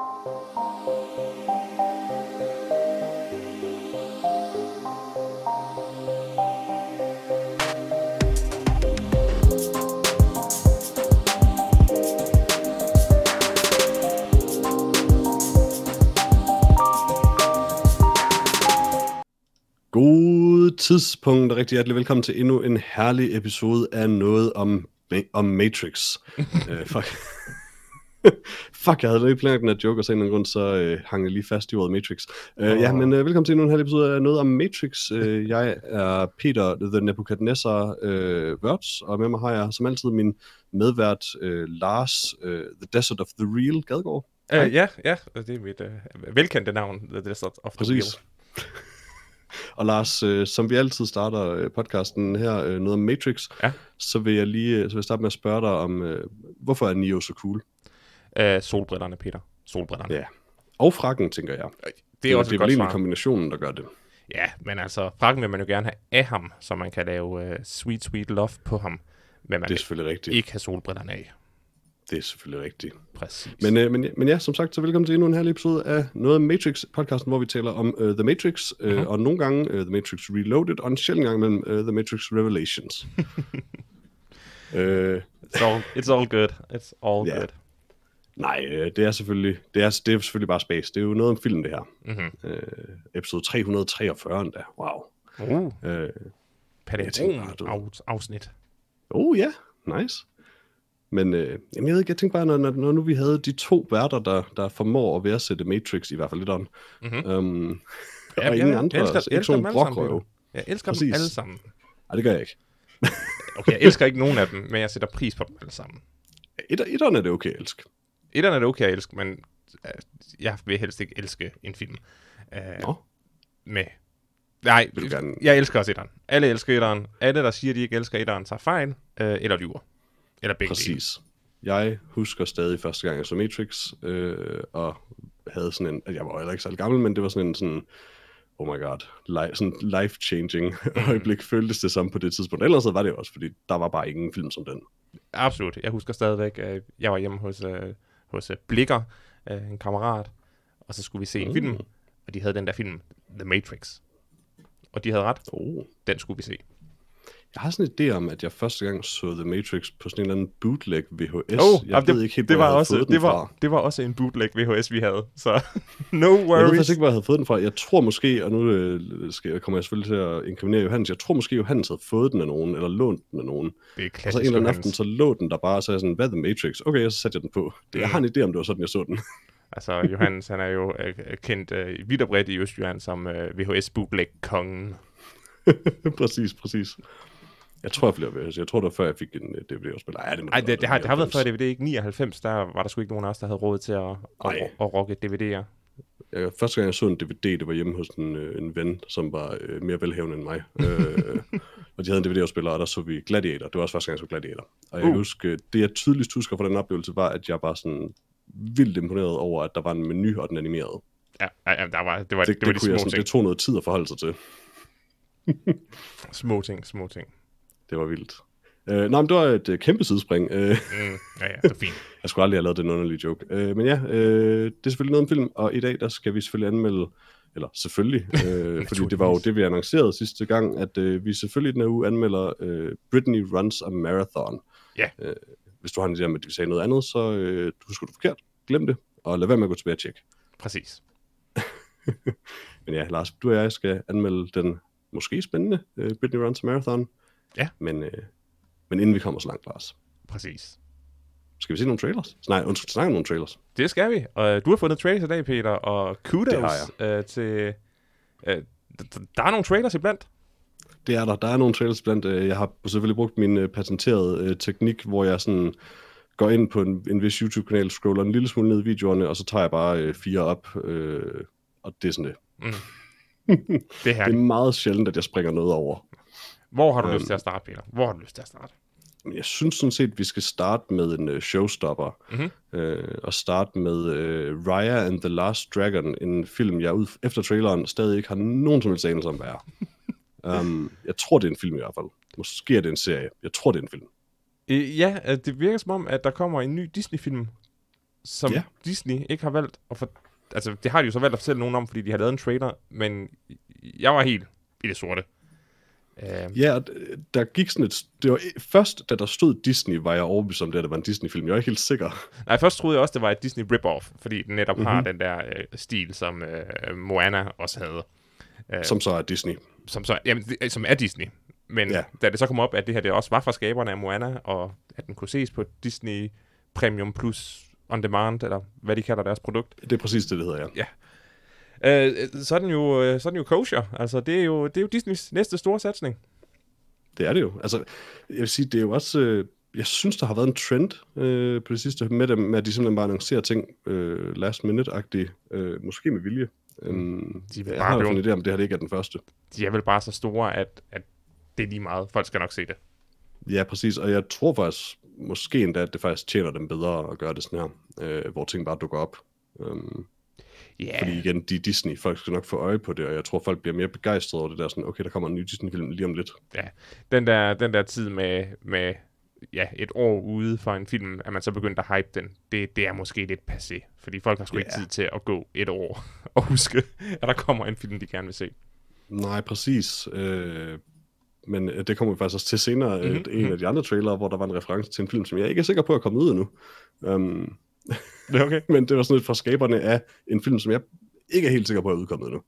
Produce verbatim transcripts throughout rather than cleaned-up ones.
God tidspunkt, og rigtig hjertelig velkommen til endnu en herlig episode af noget om, om Matrix. uh, fuck. fuck, jeg havde lige planlagt den her joke, og så en eller anden grund, så uh, hang jeg lige fast i ordet Matrix. Uh, oh. Ja, men uh, velkommen til endnu en herlig episode af noget om Matrix. Uh, jeg er Peter, The Nebuchadnezzar uh, Wörth, og med mig har jeg som altid min medvært uh, Lars, uh, The Desert of the Real Gadgaard. Uh, ja, ja, det er mit uh, velkendte navn, The Desert of the Præcis. Real. Og Lars, øh, som vi altid starter øh, podcasten her, øh, noget om Matrix, ja. så vil jeg lige så vil jeg starte med at spørge dig om, øh, hvorfor er Neo så cool? Uh, solbrillerne, Peter. Solbrillerne. Ja. Og frakken, tænker jeg. Det er, det er også det er vel egentlig kombinationen, der gør det. Ja, men altså, frakken vil man jo gerne have af ham, så man kan lave uh, sweet, sweet love på ham. Men man det er selvfølgelig rigtigt. Ikke have solbrillerne af. Det er selvfølgelig rigtigt. Præcis. Men, øh, men, men ja, som sagt, så velkommen til endnu en herlig episode af noget af Matrix-podcasten, hvor vi taler om uh, The Matrix, uh, uh-huh. og nogle gange uh, The Matrix Reloaded, og en sjældent gang mellem uh, The Matrix Revelations. uh, it's, all, it's all good. It's all yeah. good. Nej, øh, det er selvfølgelig det er, det er selvfølgelig bare space. Det er jo noget om film, det her. Uh-huh. Uh, episode tre hundrede treogfyrre endda. Wow. Uh. Uh, Patreon-afsnit. Oh ja, yeah. Nice. Men øh, jamen jeg ved ikke, jeg tænkte bare, når, når nu vi havde de to værter, der, der formår at værdsætte Matrix, i hvert fald lidt om, mm-hmm. um, ja, og ingen jeg, andre, jeg elsker, altså, ikke sådan en brokrøve. Jeg elsker Præcis. dem alle sammen. Nej, det gør jeg ikke. Okay, jeg elsker ikke nogen af dem, men jeg sætter pris på dem alle sammen. Etter, etterne er det okay at elske. Etterne er det okay at elske, men uh, jeg vil helst ikke elske en film. Uh, Nå? Med... Nej, gerne... jeg elsker også etteren. Alle elsker etteren. Alle, der siger, de ikke elsker etteren, tager fejl, uh, eller lyver. Eller begge Præcis. Dele. Jeg husker stadig første gang, jeg så Matrix, øh, og havde sådan en, jeg var heller ikke så gammel, men det var sådan en sådan, oh my god, li- sådan life-changing øjeblik, føltes det som på det tidspunkt. Ellers var det jo også, fordi der var bare ingen film som den. Absolut. Jeg husker stadigvæk, at jeg var hjemme hos, uh, hos uh, Blikker, uh, en kammerat, og så skulle vi se en mm. film, og de havde den der film, The Matrix. Og de havde ret. Oh. Den skulle vi se. Jeg har sådan en idé om, at jeg første gang så The Matrix på sådan en eller anden bootleg V H S. Oh, jeg ved det, ikke helt, det hvor var jeg også, havde fået det den var, fra. Det var også en bootleg V H S, vi havde. Så no worries. Jeg ved faktisk ikke, hvor jeg havde fået den fra. Jeg tror måske, og nu øh, skal, kommer jeg selvfølgelig til at inkriminere Johannes, jeg tror måske, Johannes havde fået den af nogen, eller lånt den af nogen. Det er klassisk. Og så en eller anden aften, så lå den der bare, og så jeg sådan, hvad er The Matrix? Okay, så satte jeg den på. Det, jeg har en idé om, det var sådan, jeg så den. Altså, Johannes, han er jo øh, kendt øh, vidt og bredt i Østjylland som øh, V H S-bootleg-kongen. præcis, præcis. Jeg tror, jeg, flere, jeg tror, det var før, jeg fik en D V D-afspiller. Nej, det, det, det, har, det har været før D V D, ikke? nioghalvfems, der var der sgu ikke nogen af os, der havde råd til at, at, at, at rocke D V D'er. Ja, første gang, jeg så en D V D, det var hjemme hos en, en ven, som var øh, mere velhavende end mig. øh, og de havde en D V D-afspiller, og der så vi Gladiator. Det var også første gang, jeg så Gladiator. Og jeg uh. husker, det jeg tydeligst husker fra den oplevelse, var, at jeg var sådan vildt imponeret over, at der var en menu, og den animerede. Ja, ja der var, det var, det, det, var det, de små sådan, ting. Det tog noget tid at forholde sig til. små ting, små ting. Det var vildt. Uh, Nå, men det var et uh, kæmpe sidespring. Uh, mm, ja, ja, det er fint. Jeg skulle aldrig have lavet den underlige joke. Uh, men ja, uh, det er selvfølgelig noget om film, og i dag, der skal vi selvfølgelig anmelde, eller selvfølgelig, uh, fordi det var jo det, vi annoncerede sidste gang, at uh, vi selvfølgelig i den her uge anmelder uh, Britney Runs a Marathon. Ja. Uh, hvis du har en idé om, at vi sagde noget andet, så uh, husker du forkert. Glem det, og lad være med at gå tilbage og tjekke. Præcis. Men ja, Lars, du og jeg skal anmelde den måske spændende uh, Britney Runs a Marathon. Ja. Men... Uh, Men inden vi kommer så langt, Lars. Præcis. Skal vi se nogle trailers? Nej, undskyld, snakke om nogle trailers. Det skal vi. Og du har fundet trailers i dag, Peter, og kudos øh, til... Øh, der er nogle trailers iblandt. Det er der. Der er nogle trailers iblandt. Jeg har selvfølgelig brugt min patenterede øh, teknik, hvor jeg sådan går ind på en, en vis YouTube-kanal, scroller en lille smule ned i videoerne, og så tager jeg bare øh, fire op, øh, og det er sådan det. Mm. det, er det er meget sjældent, at jeg springer noget over. Hvor har du um, lyst til at starte, Peter? Hvor har du lyst til at starte? Jeg synes sådan set, at vi skal starte med en uh, showstopper. Mm-hmm. Uh, og starte med uh, Raya and the Last Dragon, en film, jeg ud efter traileren stadig ikke har nogen som helst anelse om, hvad er. um, jeg tror, det er en film i hvert fald. Måske er det en serie. Jeg tror, det er en film. Øh, ja, det virker som om, at der kommer en ny Disney-film som Ja. Disney ikke har valgt at for, altså det har de jo så valgt at fortælle nogen om, fordi de har lavet en trailer, men jeg var helt i det sorte. Uh, Ja, og der gik sådan et... Det var først, da der stod Disney, var jeg overbevist om det, at det var en Disney-film. Jeg var ikke helt sikker. Nej, først troede jeg også, det var et Disney rip-off, fordi den netop mm-hmm. har Mhm. den der øh, stil, som øh, Moana også havde. Øh, Som så er Disney. som, så, jamen, det, som er Disney. Men Ja. da det så kom op, at det her det også var fra skaberne af Moana, og at den kunne ses på Disney Premium Plus On Demand, eller hvad de kalder deres produkt, Det er præcis det, det hedder, ja. øh, så, er den jo, øh, så er den jo kosher. Altså, det er jo, det er jo Disneys næste store satsning. Det er det jo. Altså, jeg vil sige, det er jo også... Øh, jeg synes, der har været en trend øh, på det sidste med dem, med at de simpelthen bare annoncerer ting øh, last minute-agtigt. Øh, måske med vilje. Um, De vil jeg bare har jo blive- en idé om, det her det ikke er den første. De er vel bare så store, at, at det er lige meget. Folk skal nok se det. Ja, præcis. Og jeg tror faktisk, måske endda, at det faktisk tjener dem bedre at gøre det sådan her. Øh, hvor ting bare dukker op. Um, Ja, Fordi igen, de er Disney. Folk skal nok få øje på det, og jeg tror, folk bliver mere begejstrede over det der. Sådan, okay, der kommer en ny Disney-film lige om lidt. den der, den der tid med, med ja, et år ude for en film, at man så begyndte at hype den, det, det er måske lidt passé. Fordi folk har sgu ikke Ja. tid til at gå et år og huske, at der kommer en film, de gerne vil se. Nej, præcis. Øh, men øh, det kommer vi faktisk også til senere. Mhm, Mm-hmm. En af de andre trailere, hvor der var en reference til en film, som jeg ikke er sikker på at komme ud endnu. Um, Det er okay. men det var sådan lidt fra skaberne af en film, som jeg ikke er helt sikker på at er udkommet endnu.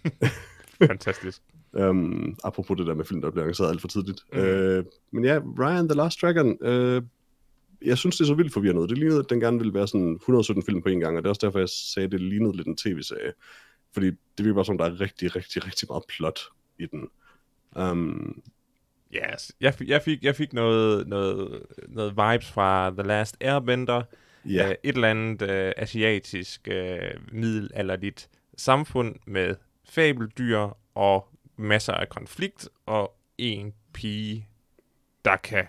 Fantastisk. Um, apropos det der med film, der bliver annonceret alt for tidligt. Mm. Mm. Uh, men ja, Raya the Last Dragon, uh, jeg synes, det er så vildt forvirrende ud. Det lignede, at den gerne ville være sådan et hundrede og sytten film på en gang, og det er også derfor, jeg sagde, at det lignede lidt en tv-serie. Fordi det virker bare som, der er rigtig, rigtig, rigtig meget plot i den. Um, Yes. Jeg, fik, jeg, fik, jeg fik noget, noget, noget vibes fra The Last Airbender. ja, Uh, et eller andet uh, asiatisk uh, middelalderligt samfund med fabeldyr og masser af konflikt og en pige, der kan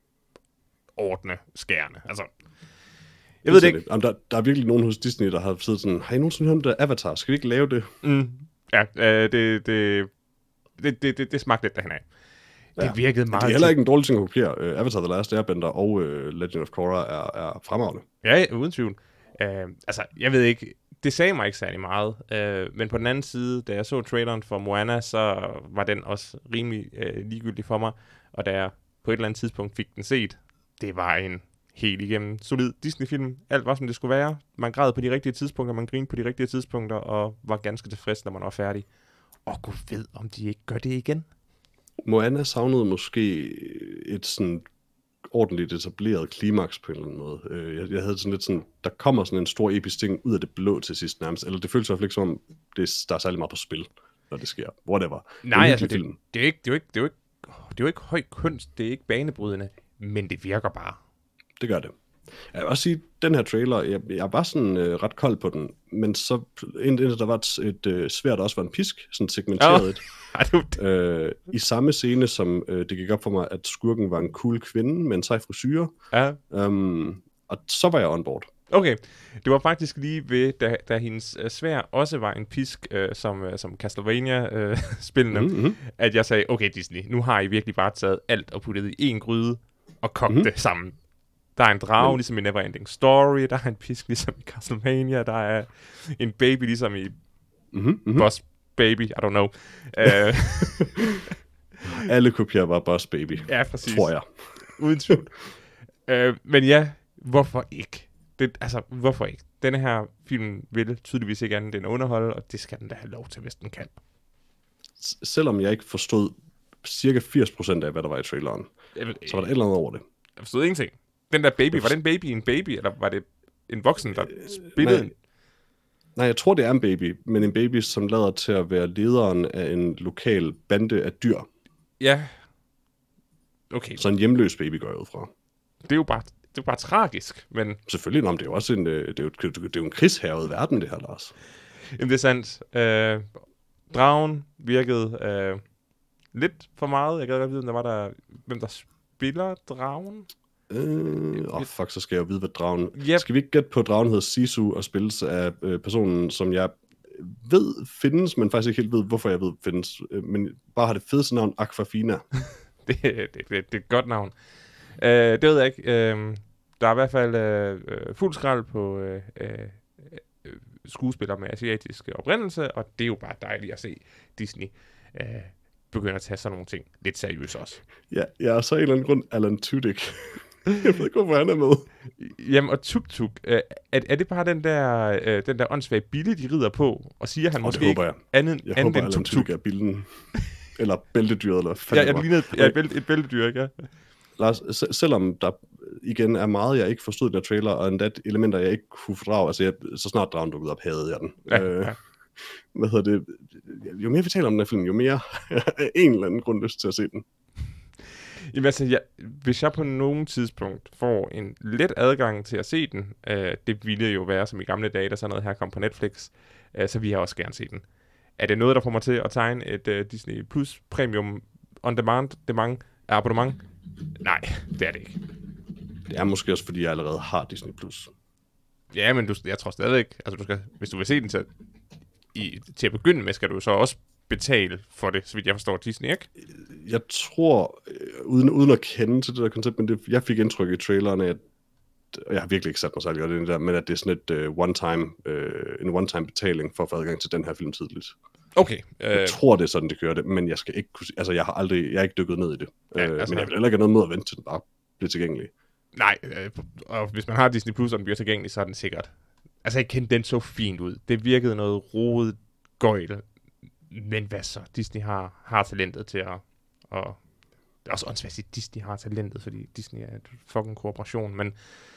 ordne skærene. Altså, jeg ved det ikke. Jamen, der, der er virkelig nogen hos Disney, der har siddet sådan, har I nogensinde hørt om det Avatar? Skal vi ikke lave det? Mm, ja, uh, det, det, det, det, det, det smagte lidt derhen af. Det Ja. virkede Det meget... er heller ikke en dårlig ting at kopiere. Uh, Avatar The Last Airbender og uh, Legend of Korra er, er fremragende. Ja, ja, uden tvivl. Uh, altså, jeg ved ikke, det sagde mig ikke særlig meget, uh, men på den anden side, da jeg så traileren for Moana, så var den også rimelig uh, ligegyldig for mig, og da jeg på et eller andet tidspunkt fik den set, det var en helt igennem solid Disney-film. Alt var, som det skulle være. Man græd på de rigtige tidspunkter, man grinede på de rigtige tidspunkter, og var ganske tilfreds, når man var færdig. Og gud ved, om de ikke gør det igen. Moana savnede måske et sådan ordentligt etableret klimaks på en eller anden måde. Uh, jeg, jeg havde sådan lidt sådan, der kommer sådan en stor episk ting ud af det blå til sidst nærmest. Eller det føles i hvert fald ikke som om, det, der er særlig meget på spil, når det sker. Whatever. Nej, En altså, hyggelig det, det, er jo ikke, det, er jo ikke, det, er jo ikke, det er jo ikke høj kunst, det er ikke banebrydende, men det virker bare. Det gør det. Jeg vil også sige, den her trailer, jeg, jeg var sådan øh, ret kold på den, men så indtil der var et, et øh, svært, der også var en pisk, sådan segmenteret Oh. et, Ej, det, øh, i samme scene, som øh, det gik op for mig, at skurken var en cool kvinde med en sej frisyre, ja. um, og så var jeg on board. Okay, det var faktisk lige ved, da, da hendes uh, svær også var en pisk, uh, som, uh, som Castlevania-spillene, uh, Mm-hmm. at jeg sagde, okay Disney, nu har I virkelig bare taget alt og puttet i en gryde og kogt Mhm. det sammen. Der er en drage, Men- ligesom i Neverending Story, der er en pisk, ligesom i Castlevania, der er en baby, ligesom i Mm-hmm. Mm-hmm. Boss Baby, I don't know. Uh, Alle kopierer var Boss Baby, ja, præcis. tror jeg. Uden tvivl. uh, men ja, hvorfor ikke? Det, altså, hvorfor ikke? Denne her film vil tydeligvis ikke andet end underholde, og det skal den da have lov til, hvis den kan. S- selvom jeg ikke forstod cirka firs procent af, hvad der var i traileren, Jeg, så var der et eller andet over det. jeg forstod ingenting. Den der baby, var det en baby en baby, eller var det en voksen, der spillede nej. en? Nej, jeg tror, det er en baby, men en baby, som lader til at være lederen af en lokal bande af dyr. Ja. Okay, Så en hjemløs baby går jeg ud fra. det er jo bare, det er jo bare tragisk, men Selvfølgelig, nå, men det er jo også en, øh, det er jo, det er jo en krigshærget verden, det her, Lars. jamen, det er sandt. Øh, dragen virkede øh, lidt for meget. Jeg gad godt vide, om der var der, hvem der spiller dragen. Øh, åh, oh, fuck, så skal jeg jo vide, hvad dragen... Yep. Skal vi ikke gætte på, at dragen hedder Sisu og spilles af øh, personen, som jeg ved findes, men faktisk ikke helt ved, hvorfor jeg ved findes. Øh, men bare har det fedeste navn, Aquafina. det, det, det, det er et godt navn. Øh, det ved jeg ikke. Øh, der er i hvert fald øh, øh, fuld skrald på øh, øh, skuespillere med asiatisk oprindelse, og det er jo bare dejligt at se Disney øh, begynde at tage sådan nogle ting lidt seriøst også. Ja, ja, og så af en eller anden grund Alan Tudyk. Jeg ved ikke, hvorfor han er med. Jamen, og Tuk Tuk, øh, er, er det bare den der, øh, den der åndssvage bille, de rider på, og siger han oh, måske det håber jeg. ikke andet, jeg andet håber, end Alan Tuk Tuk? Tudyk er billen. Eller bæltedyret, eller Ja, jeg lignede ja, et, bælte, et bæltedyr, ikke? Ja. Lars, se- selvom der igen er meget, jeg ikke forstod i den trailer, og endda elementer, jeg ikke kunne fordrage, altså jeg, så snart dragen dukkede op, havde jeg den. Ja, øh, ja. Hvad hedder det? Jo mere vi taler om den her film, jo mere af en eller anden grund lyst til at se den. Jamen, altså, jeg, hvis jeg på nogen tidspunkt får en let adgang til at se den, øh, det ville jo være som i gamle dage, da sådan noget her kom på Netflix, øh, så vil jeg også gerne se den. Er det noget, der får mig til at tegne et uh, Disney Plus Premium On Demand demand, abonnement? Nej, det er det ikke. Det er måske også, fordi jeg allerede har Disney Plus. Ja, men du, jeg tror stadigvæk, altså du skal, hvis du vil se den til, i, til at begynde med, skal du så også betale for det, så vidt jeg forstår Disney, ikke? Jeg tror, øh, uden, uden at kende til det der koncept, men det, jeg fik indtryk i traileren af, at, og jeg har virkelig ikke sat mig særlig godt ind i det der, men at det er sådan et uh, one-time, uh, en one-time betaling for at få adgang til den her film tidligt. Okay. Øh... Jeg tror, det er sådan, det kører det, men jeg skal ikke kunne, altså jeg har aldrig, jeg har ikke dykket ned i det. Ja, øh, altså, men jeg vil heller ikke have noget mod at vente til den bare bliver tilgængelig. Nej, øh, og hvis man har Disney Plus, og den bliver tilgængelig, så er den sikkert. Altså jeg kendte den så fint ud. Det virkede noget rodet gøjl. Men hvad så? Disney har, har talentet til at... Og det er også åndssvagt, at Disney har talentet, fordi Disney er et fucking korporation, men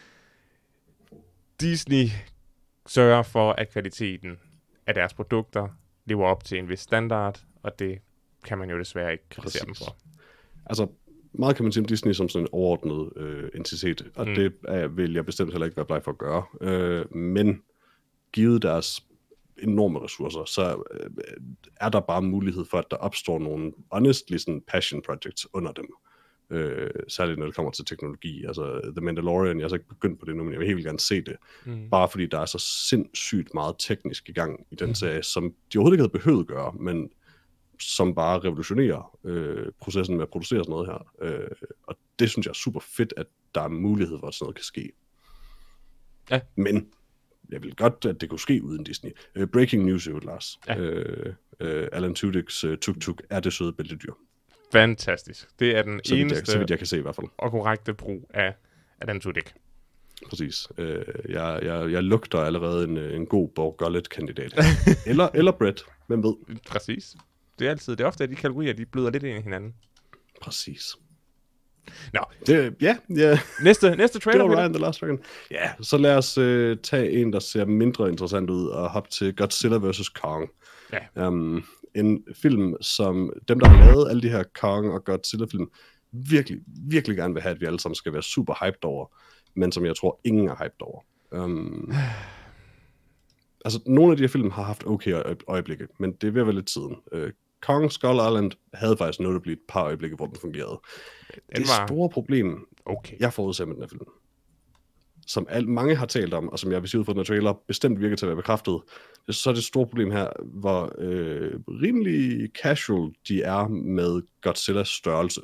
Disney sørger for, at kvaliteten af deres produkter lever op til en vis standard, og det kan man jo desværre ikke kritisere dem for. Altså, meget kan man sige om Disney som sådan en overordnet øh, entitet, og mm. det er, vil jeg bestemt heller ikke være bleg for at gøre. Øh, men givet deres enorme ressourcer, så øh, er der bare mulighed for, at der opstår nogle honestly sådan passion projects under dem. Øh, særligt når det kommer til teknologi. Altså The Mandalorian, jeg har så ikke begyndt på det nu, men jeg vil helt gerne se det. Mm. Bare fordi der er så sindssygt meget teknisk i gang i den mm. serie, som de overhovedet ikke havde behøvet at gøre, men som bare revolutionerer øh, processen med at producere sådan noget her. Øh, og det synes jeg er super fedt, at der er mulighed for, at sådan noget kan ske. Ja. Men jeg vil godt, at det kunne ske uden Disney. Uh, breaking news, jo, Lars. Ja. Uh, uh, Alan Tudyks uh, Tuk Tuk er det søde bæltedyr. Fantastisk. Det er den så eneste jeg, så vidt jeg kan se i hvert fald. Og korrekte brug af Alan Tudyk. Præcis. Uh, jeg, jeg, jeg lugter allerede en, en god Bo Gullet-kandidat. eller, eller Brett, hvem ved. Præcis. Det er altid, det er ofte, at de kategorier, de bløder lidt ind i hinanden. Præcis. Nå. Det, ja, ja. Næste, næste trailer. Det var Ryan the Last Dragon. Ja, så lad os uh, tage en, der ser mindre interessant ud, og hoppe til Godzilla versus. Kong. Ja. Um, en film, som dem, der har lavet alle de her Kong og Godzilla-film, virkelig, virkelig gerne vil have, at vi alle sammen skal være super hyped over, men som jeg tror, ingen er hyped over. Um, altså, nogle af de her film har haft okay øjeblikke, men det er ved at være lidt tiden. Uh, Kong Skull Island havde faktisk noget at blive et par øjeblikke, hvor den fungerede. Den det var... store problem, okay. jeg forudser med den her film, som alt, mange har talt om, og som jeg vil sige ud fra den her trailer, bestemt virker til at være bekræftet, så er det store problem her, hvor øh, rimelig casual de er med Godzillas størrelse.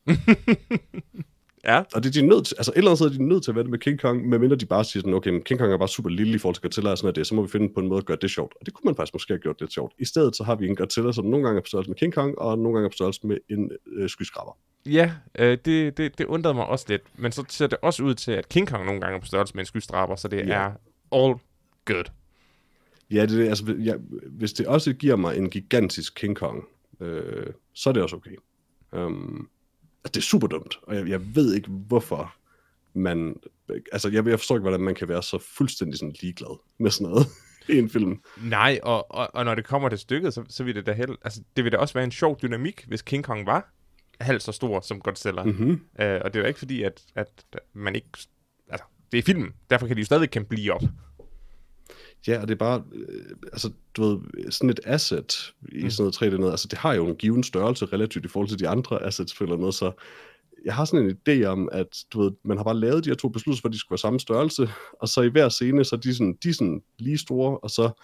Ja. Og det er de nødt til, altså et eller andet sted er de nødt til at være det med King Kong, medmindre de bare siger sådan, okay, men King Kong er bare super lille i forhold til Godzilla og sådan noget, det, så må vi finde på en måde at gøre det sjovt. Og det kunne man faktisk måske have gjort lidt sjovt. I stedet så har vi en Godzilla, som nogle gange er på størrelse med King Kong, og nogle gange er på størrelse med en øh, skyskraber. Ja, øh, det, det, det undrede mig også lidt, men så ser det også ud til, at King Kong nogle gange er på størrelse med en skyskraber, så det ja. er all good. Ja, det, altså, ja, hvis det også giver mig en gigantisk King Kong, øh, så er det også okay. Um, det er super dumt, og jeg, jeg ved ikke, hvorfor man... Altså, jeg, jeg forstår ikke, hvordan man kan være så fuldstændig sådan ligeglad med sådan noget i en film. Nej, og, og, og når det kommer til stykket, så, så vil det da helt... Altså, det vil da også være en sjov dynamik, hvis King Kong var halvt så stor som Godzilla. Mm-hmm. Uh, og det er jo ikke fordi, at, at man ikke... Altså, det er filmen, derfor kan de jo stadig kan blive op. Ja, og det er bare, øh, altså, du ved, sådan et asset i mm. sådan noget tre D noget, altså det har jo en given størrelse relativt i forhold til de andre assets på eller noget, så jeg har sådan en idé om, at du ved, man har bare lavet de her to beslutninger, for at de skulle være samme størrelse, og så i hver scene, så er de sådan, de sådan lige store, og så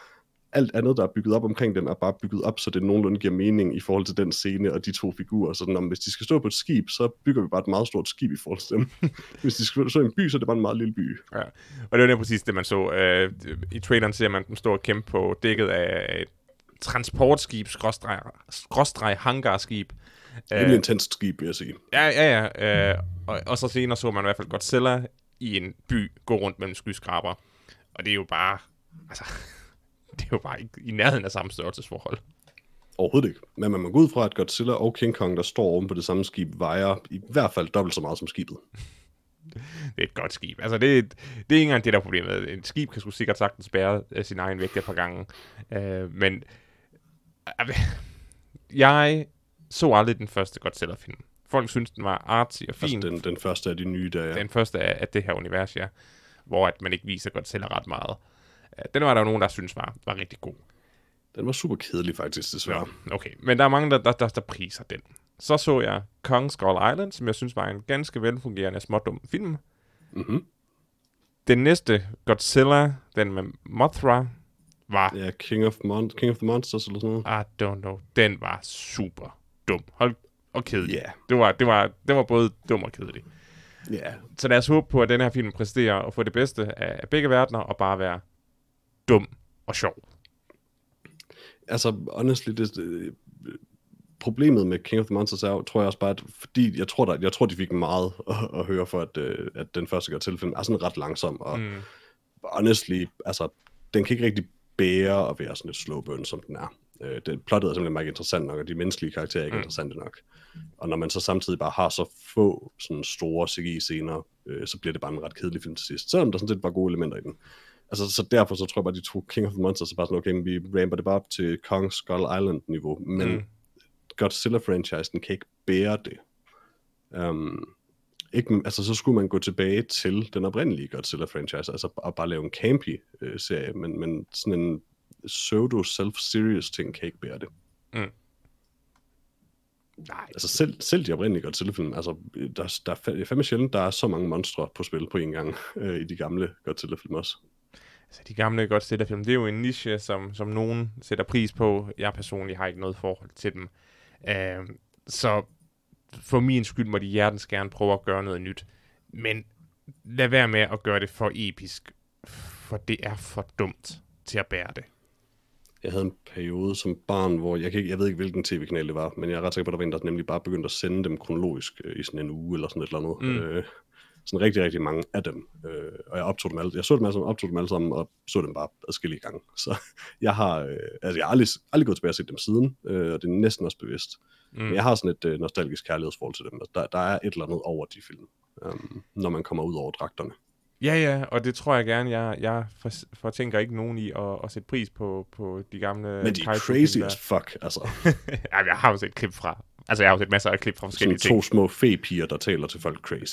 alt andet, der er bygget op omkring den, er bare bygget op, så det nogenlunde giver mening i forhold til den scene og de to figurer. Så når, hvis de skal stå på et skib, så bygger vi bare et meget stort skib i forhold til dem. Hvis de skal stå i en by, så er det bare en meget lille by. Ja, og det var det præcis det, man så. Øh, I traileren ser man dem stå og kæmpe på dækket af et transportskib, skråstreg, skråstreg hangarskib. Det er et intenst skib, vil jeg sige. Ja, ja, ja. Øh, og, og så senere så man i hvert fald Godzilla i en by gå rundt mellem skyskraber. Og det er jo bare... Altså, det er jo bare ikke i nærheden af samme størrelsesforhold. Overhovedet ikke. Men man må gå ud fra, at Godzilla og King Kong, der står oven på det samme skib, vejer i hvert fald dobbelt så meget som skibet. Det er et godt skib. Altså, det er, det er ikke engang det, der er problemet. Et skib kan sgu sikkert sagtens bære sin egen vægt et par gange. Uh, men... Uh, jeg så aldrig den første Godzilla-film. Folk synes, den var artsy og fin. Altså den, den første af de nye, der ja. Den første af, af det her univers, ja. Hvor at man ikke viser Godzilla ret meget. Uh, den var der jo nogen, der synes var, var rigtig god. Den var super kedelig faktisk, desværre. Ja, okay, men der er mange, der, der, der, der priser den. Så så jeg Kong Skull Island, som jeg synes var en ganske velfungerende smådum film. Mhm. Den næste, Godzilla, den med Mothra, var... Ja, King of, Mon- King of the Monsters eller sådan noget. I don't know. Den var super dum. Hold og kedelig. Ja. Det var, det var, det var både dum og kedelig. Ja. Yeah. Så lad os håbe på, at den her film præsterer og få det bedste af begge verdener, og bare være dum og sjov. Altså, honestly, det, det, problemet med King of the Monsters er, tror jeg også bare, at fordi jeg tror, der, jeg tror de fik meget at, at høre for, at, at den første Godzilla-film er sådan ret langsom, og mm. honestly, altså, den kan ikke rigtig bære at være sådan et slow burn, som den er. Øh, det plottet er simpelthen meget interessant nok, og de menneskelige karakterer er ikke mm. interessante nok. Og når man så samtidig bare har så få sådan store C G I-scener, øh, så bliver det bare en ret kedelig film til sidst, selvom der sådan set var gode elementer i den. Altså, så derfor så tror jeg bare, de to King of the Monsters er bare sådan, okay, vi ramper det bare op til Kong Skull Island-niveau, men mm. Godzilla-franchisen kan ikke bære det. Um, ikke, altså, så skulle man gå tilbage til den oprindelige Godzilla-franchise, altså og bare lave en campy-serie, men, men sådan en pseudo-self-serious ting kan ikke bære det. Mm. Nej. Altså, selv, selv de oprindelige Godzilla-film, altså, der, der er fandme sjældent, der er så mange monstre på spil på en gang øh, i de gamle Godzilla-film også. Altså, de gamle Godzilla-film, det er jo en niche, som, som nogen sætter pris på. Jeg personligt har ikke noget forhold til dem. Uh, så for min skyld må de hjertens gerne prøve at gøre noget nyt. Men lad være med at gøre det for episk, for det er for dumt til at bære det. Jeg havde en periode som barn, hvor jeg, kan ikke, jeg ved ikke, hvilken tv-kanal det var, men jeg er ret sikker på, at der var en, der nemlig bare begyndte at sende dem kronologisk øh, i sådan en uge eller sådan et eller andet. Mm. Øh, sådan rigtig, rigtig mange af dem. Øh, og jeg optog dem alle, jeg så dem alle sammen, optog dem alle sammen, og så dem bare adskillige gange. Så jeg har, øh, altså jeg har aldrig, aldrig gået tilbage og set dem siden, øh, og det er næsten også bevidst. Mm. Men jeg har sådan et øh, nostalgisk kærlighedsforhold til dem. Altså, der, der er et eller andet over de film, øh, når man kommer ud over dragterne. Ja, ja, og det tror jeg gerne. Jeg, jeg for, fortænker ikke nogen i at, at sætte pris på, på de gamle... Men de er crazy as fuck, altså. Ja, jeg har jo set klip fra... Altså, jeg har jo set masser af klip fra forskellige sådan ting. to små fe-piger, der taler til folk crazy.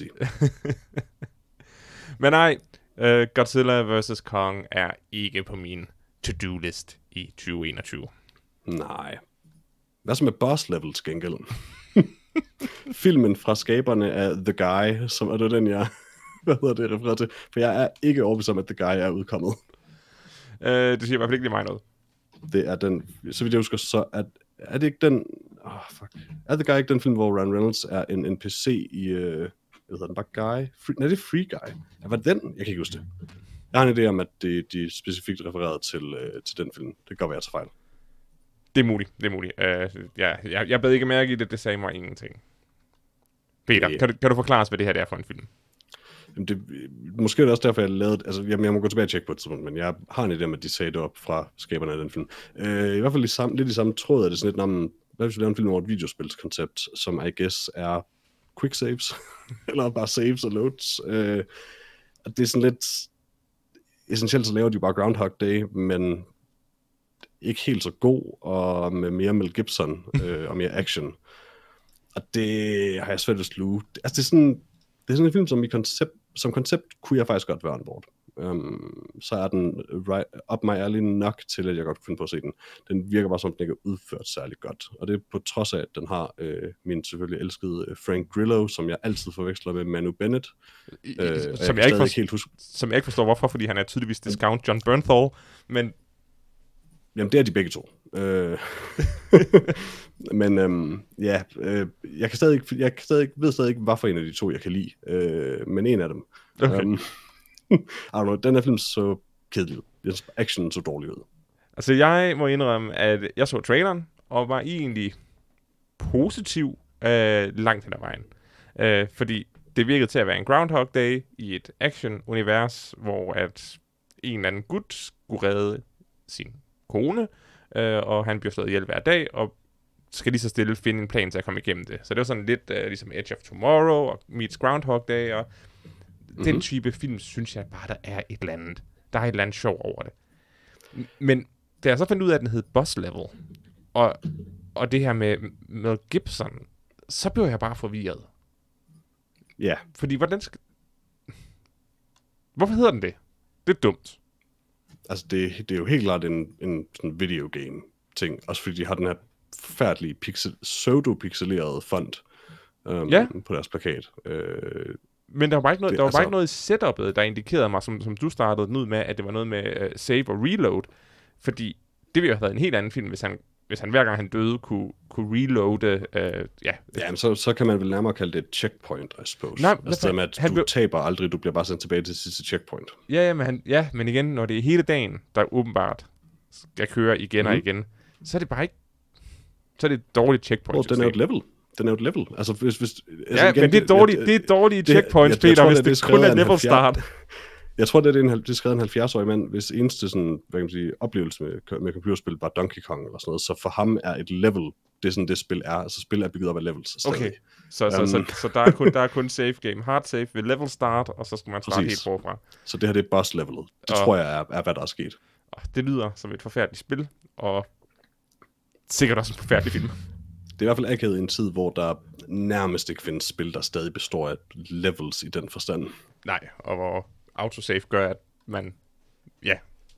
Men nej, uh, Godzilla versus. Kong er ikke på min to-do-list i tyve enogtyve. Nej. Hvad så med boss levels gengæld? Filmen fra skaberne af The Guy, som er det den, jeg... Hvad hedder det refereret til? For jeg er ikke overbevist om, at The Guy er udkommet. Uh, det siger i hvert fald ikke lige mig noget. Det er den, så vidt jeg husker, så er, er det ikke den, åh oh, fuck, er The Guy ikke den film, hvor Ryan Reynolds er en N P C i, uh, hvad hedder den, bare Guy? Free, nej, det er Free Guy. Ja, var det den? Jeg kan ikke huske det. Jeg har en idé om, at de, de specifikt refererede til, uh, til den film. Det kan godt være, jeg tager fejl. Det er muligt, det er muligt. Uh, ja, jeg, jeg bed ikke mærke i det, det sagde mig ingenting. Peter, yeah. kan, du, kan du forklare os, hvad det her er for en film? Jamen det, måske er det også derfor, jeg lavede... Altså, jamen, jeg må gå tilbage og tjekke på et tidspunkt, men jeg har en idé om, at de sagde det op fra skaberne af den film. Øh, I hvert fald i samme, lidt i samme tråd er det sådan lidt, om, hvad hvis vi laver en film over et videospilskoncept, som I guess er quick saves, eller bare saves og loads. Øh, og det er sådan lidt... Essentielt så laver de bare Groundhog Day, men ikke helt så god, og med mere Mel Gibson øh, og mere action. Og det har jeg svært at sluge. Altså det er sådan... Det er sådan en film, som i koncept, som koncept kunne jeg faktisk godt være on board. Um, så er den right up my alley nok til, at jeg godt kunne finde på at se den. Den virker bare som, den ikke er udført særlig godt. Og det er på trods af, at den har øh, min selvfølgelig elskede Frank Grillo, som jeg altid forveksler med Manu Bennett. I, øh, som, jeg jeg ikke for, helt huske. som jeg ikke forstår, hvorfor, fordi han er tydeligvis discount John Bernthal, men... Jamen, det er de begge to. Øh, men øhm, ja, øh, jeg kan stadig ikke, jeg kan stadig, ved stadig ikke, hvad for en af de to, jeg kan lide. Øh, men en af dem. Okay. Um, I don't know, den her film så kedelig ud. Action så dårlig ud. Altså, jeg må indrømme, at jeg så traileren, og var egentlig positiv øh, langt hen ad vejen. Øh, fordi det virkede til at være en Groundhog Day i et action-univers, hvor at en eller anden gut skulle redde sin kone, øh, og han bliver slået ihjel hver dag, og skal lige så stille finde en plan til at komme igennem det. Så det var sådan lidt øh, ligesom Edge of Tomorrow og meets Groundhog Day, og mm-hmm. den type film, synes jeg bare, der er et eller andet. Der er et eller andet sjov over det. Men da jeg så fandt ud af, at den hed Boss Level, og, og det her med Mel Gibson, så blev jeg bare forvirret. Ja. Yeah. Fordi, hvordan skal... Hvorfor hedder den det? Det er dumt. Altså, det, det er jo helt klart en, en sådan videogame-ting. Også fordi de har den her forfærdelige pixel, pseudo-pixelerede font um, ja. på deres plakat. Øh, Men der var bare ikke noget, det, der var altså, bare ikke noget i setupet, der indikerede mig, som, som du startede den ud med, at det var noget med uh, save og reload. Fordi det ville jo have været en helt anden film, hvis han, hvis han hver gang han døde, kunne, kunne reloade. Uh, ja, ja men så, så kan man vel nærmere kalde det et checkpoint, I suppose. Nej, altså med, at han du blev... taber aldrig, du bliver bare sendt tilbage til sidste checkpoint. Ja, ja, men, han, ja, men igen, når det er hele dagen, der åbenbart skal køre igen mm. og igen, så er det bare ikke... Så er det et dårligt checkpoint. Oh, den er jo et level. Den er jo et level. Altså, hvis, hvis, altså, ja, igen, men det er dårlige, det, det er dårlige checkpoints, Peter, tror, hvis det, det kun er level start. Jeg tror, det er, en, det er skrevet en halvfjerds-årig mand, hvis eneste sådan, hvad kan man sige, oplevelse med, med computerspil var Donkey Kong eller sådan noget, så for ham er et level, det er sådan, det spil er. Altså, spil er bygget op af levels. Stadig. Okay, så, så, um, så, så, så der, er kun, der er kun save game. Hard save ved level start, og så skal man starte helt forfra. Så det her, det er boss levelet. Det og, tror jeg er, er, hvad der er sket. Det lyder som et forfærdeligt spil, og sikkert også en forfærdelig film. Det er i hvert fald akavet i en tid, hvor der nærmest ikke findes spil, der stadig består af levels i den forstand. Nej, og hvor autosave gør, at man, ja,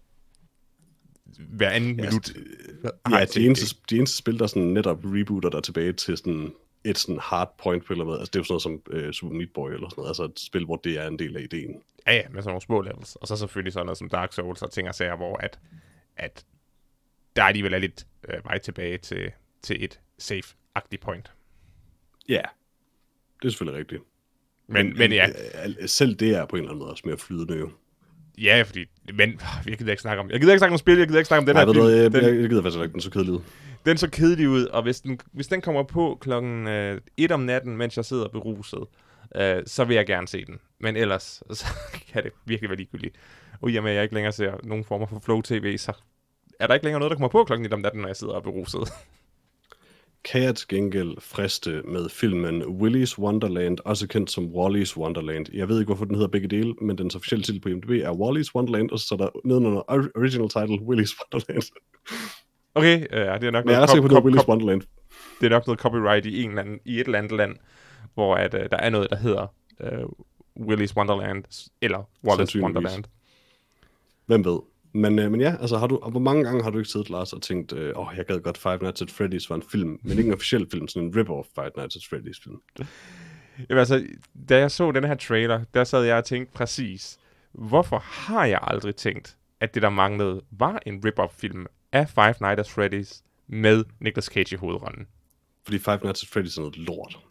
hver anden ja, minut... Ja, de eneste, de eneste spil, der sådan netop rebooter der tilbage til sådan et sådan hardpoint på eller hvad, altså det er jo sådan noget som uh, Super Meat Boy eller sådan noget, altså et spil, hvor det er en del af ideen. Ja, ja, med sådan nogle små levels. Og så selvfølgelig sådan noget som Dark Souls og ting og sager, hvor at, at der alligevel er lidt øh, vej tilbage til, til et safe-agtigt point. Ja, det er selvfølgelig rigtigt. Men, men, men ja. Selv det er på en eller anden måde også mere flydende jo. Ja, fordi, men jeg gider ikke snakke om, jeg gider ikke snakke om spil, jeg gider ikke snakke om den Nej, her film. Nej, jeg, den, jeg, jeg gider faktisk ikke, den så kedelig ud. Den så kedelig ud, og hvis den, hvis den kommer på klokken øh, et om natten, mens jeg sidder beruset, øh, så vil jeg gerne se den. Men ellers, så kan det virkelig være ligegyldigt. Og i og med, at jeg ikke længere ser nogen former for Flow T V, så er der ikke længere noget, der kommer på klokken et om natten, når jeg sidder beruset. Kan jeg til gengæld friste med filmen Willy's Wonderland, også kendt som Wally's Wonderland. Jeg ved ikke, hvorfor den hedder begge dele, men dens officielle titel på I M D B er Wally's Wonderland, og så er der nedenunder original title Willy's Wonderland. Okay, ja, det er nok men jeg er sikker på, det er Willy's Wonderland. Det er nok noget copyright i, en eller anden, i et eller andet land, hvor at, uh, der er noget, der hedder uh, Willy's Wonderland, eller Wally's Wonderland. Hvem ved? Men, øh, men ja, altså har du, hvor mange gange har du ikke siddet, Lars, og tænkt, åh, øh, oh, jeg gad godt Five Nights at Freddy's var en film, men ikke en officiel film, sådan en rip-off Five Nights at Freddy's film. Jamen altså, da jeg så den her trailer, der sad jeg og tænkte præcis, hvorfor har jeg aldrig tænkt, at det der manglede var en rip-off film af Five Nights at Freddy's med Nicolas Cage i hovedrollen? Fordi Five Nights at Freddy's er noget lort.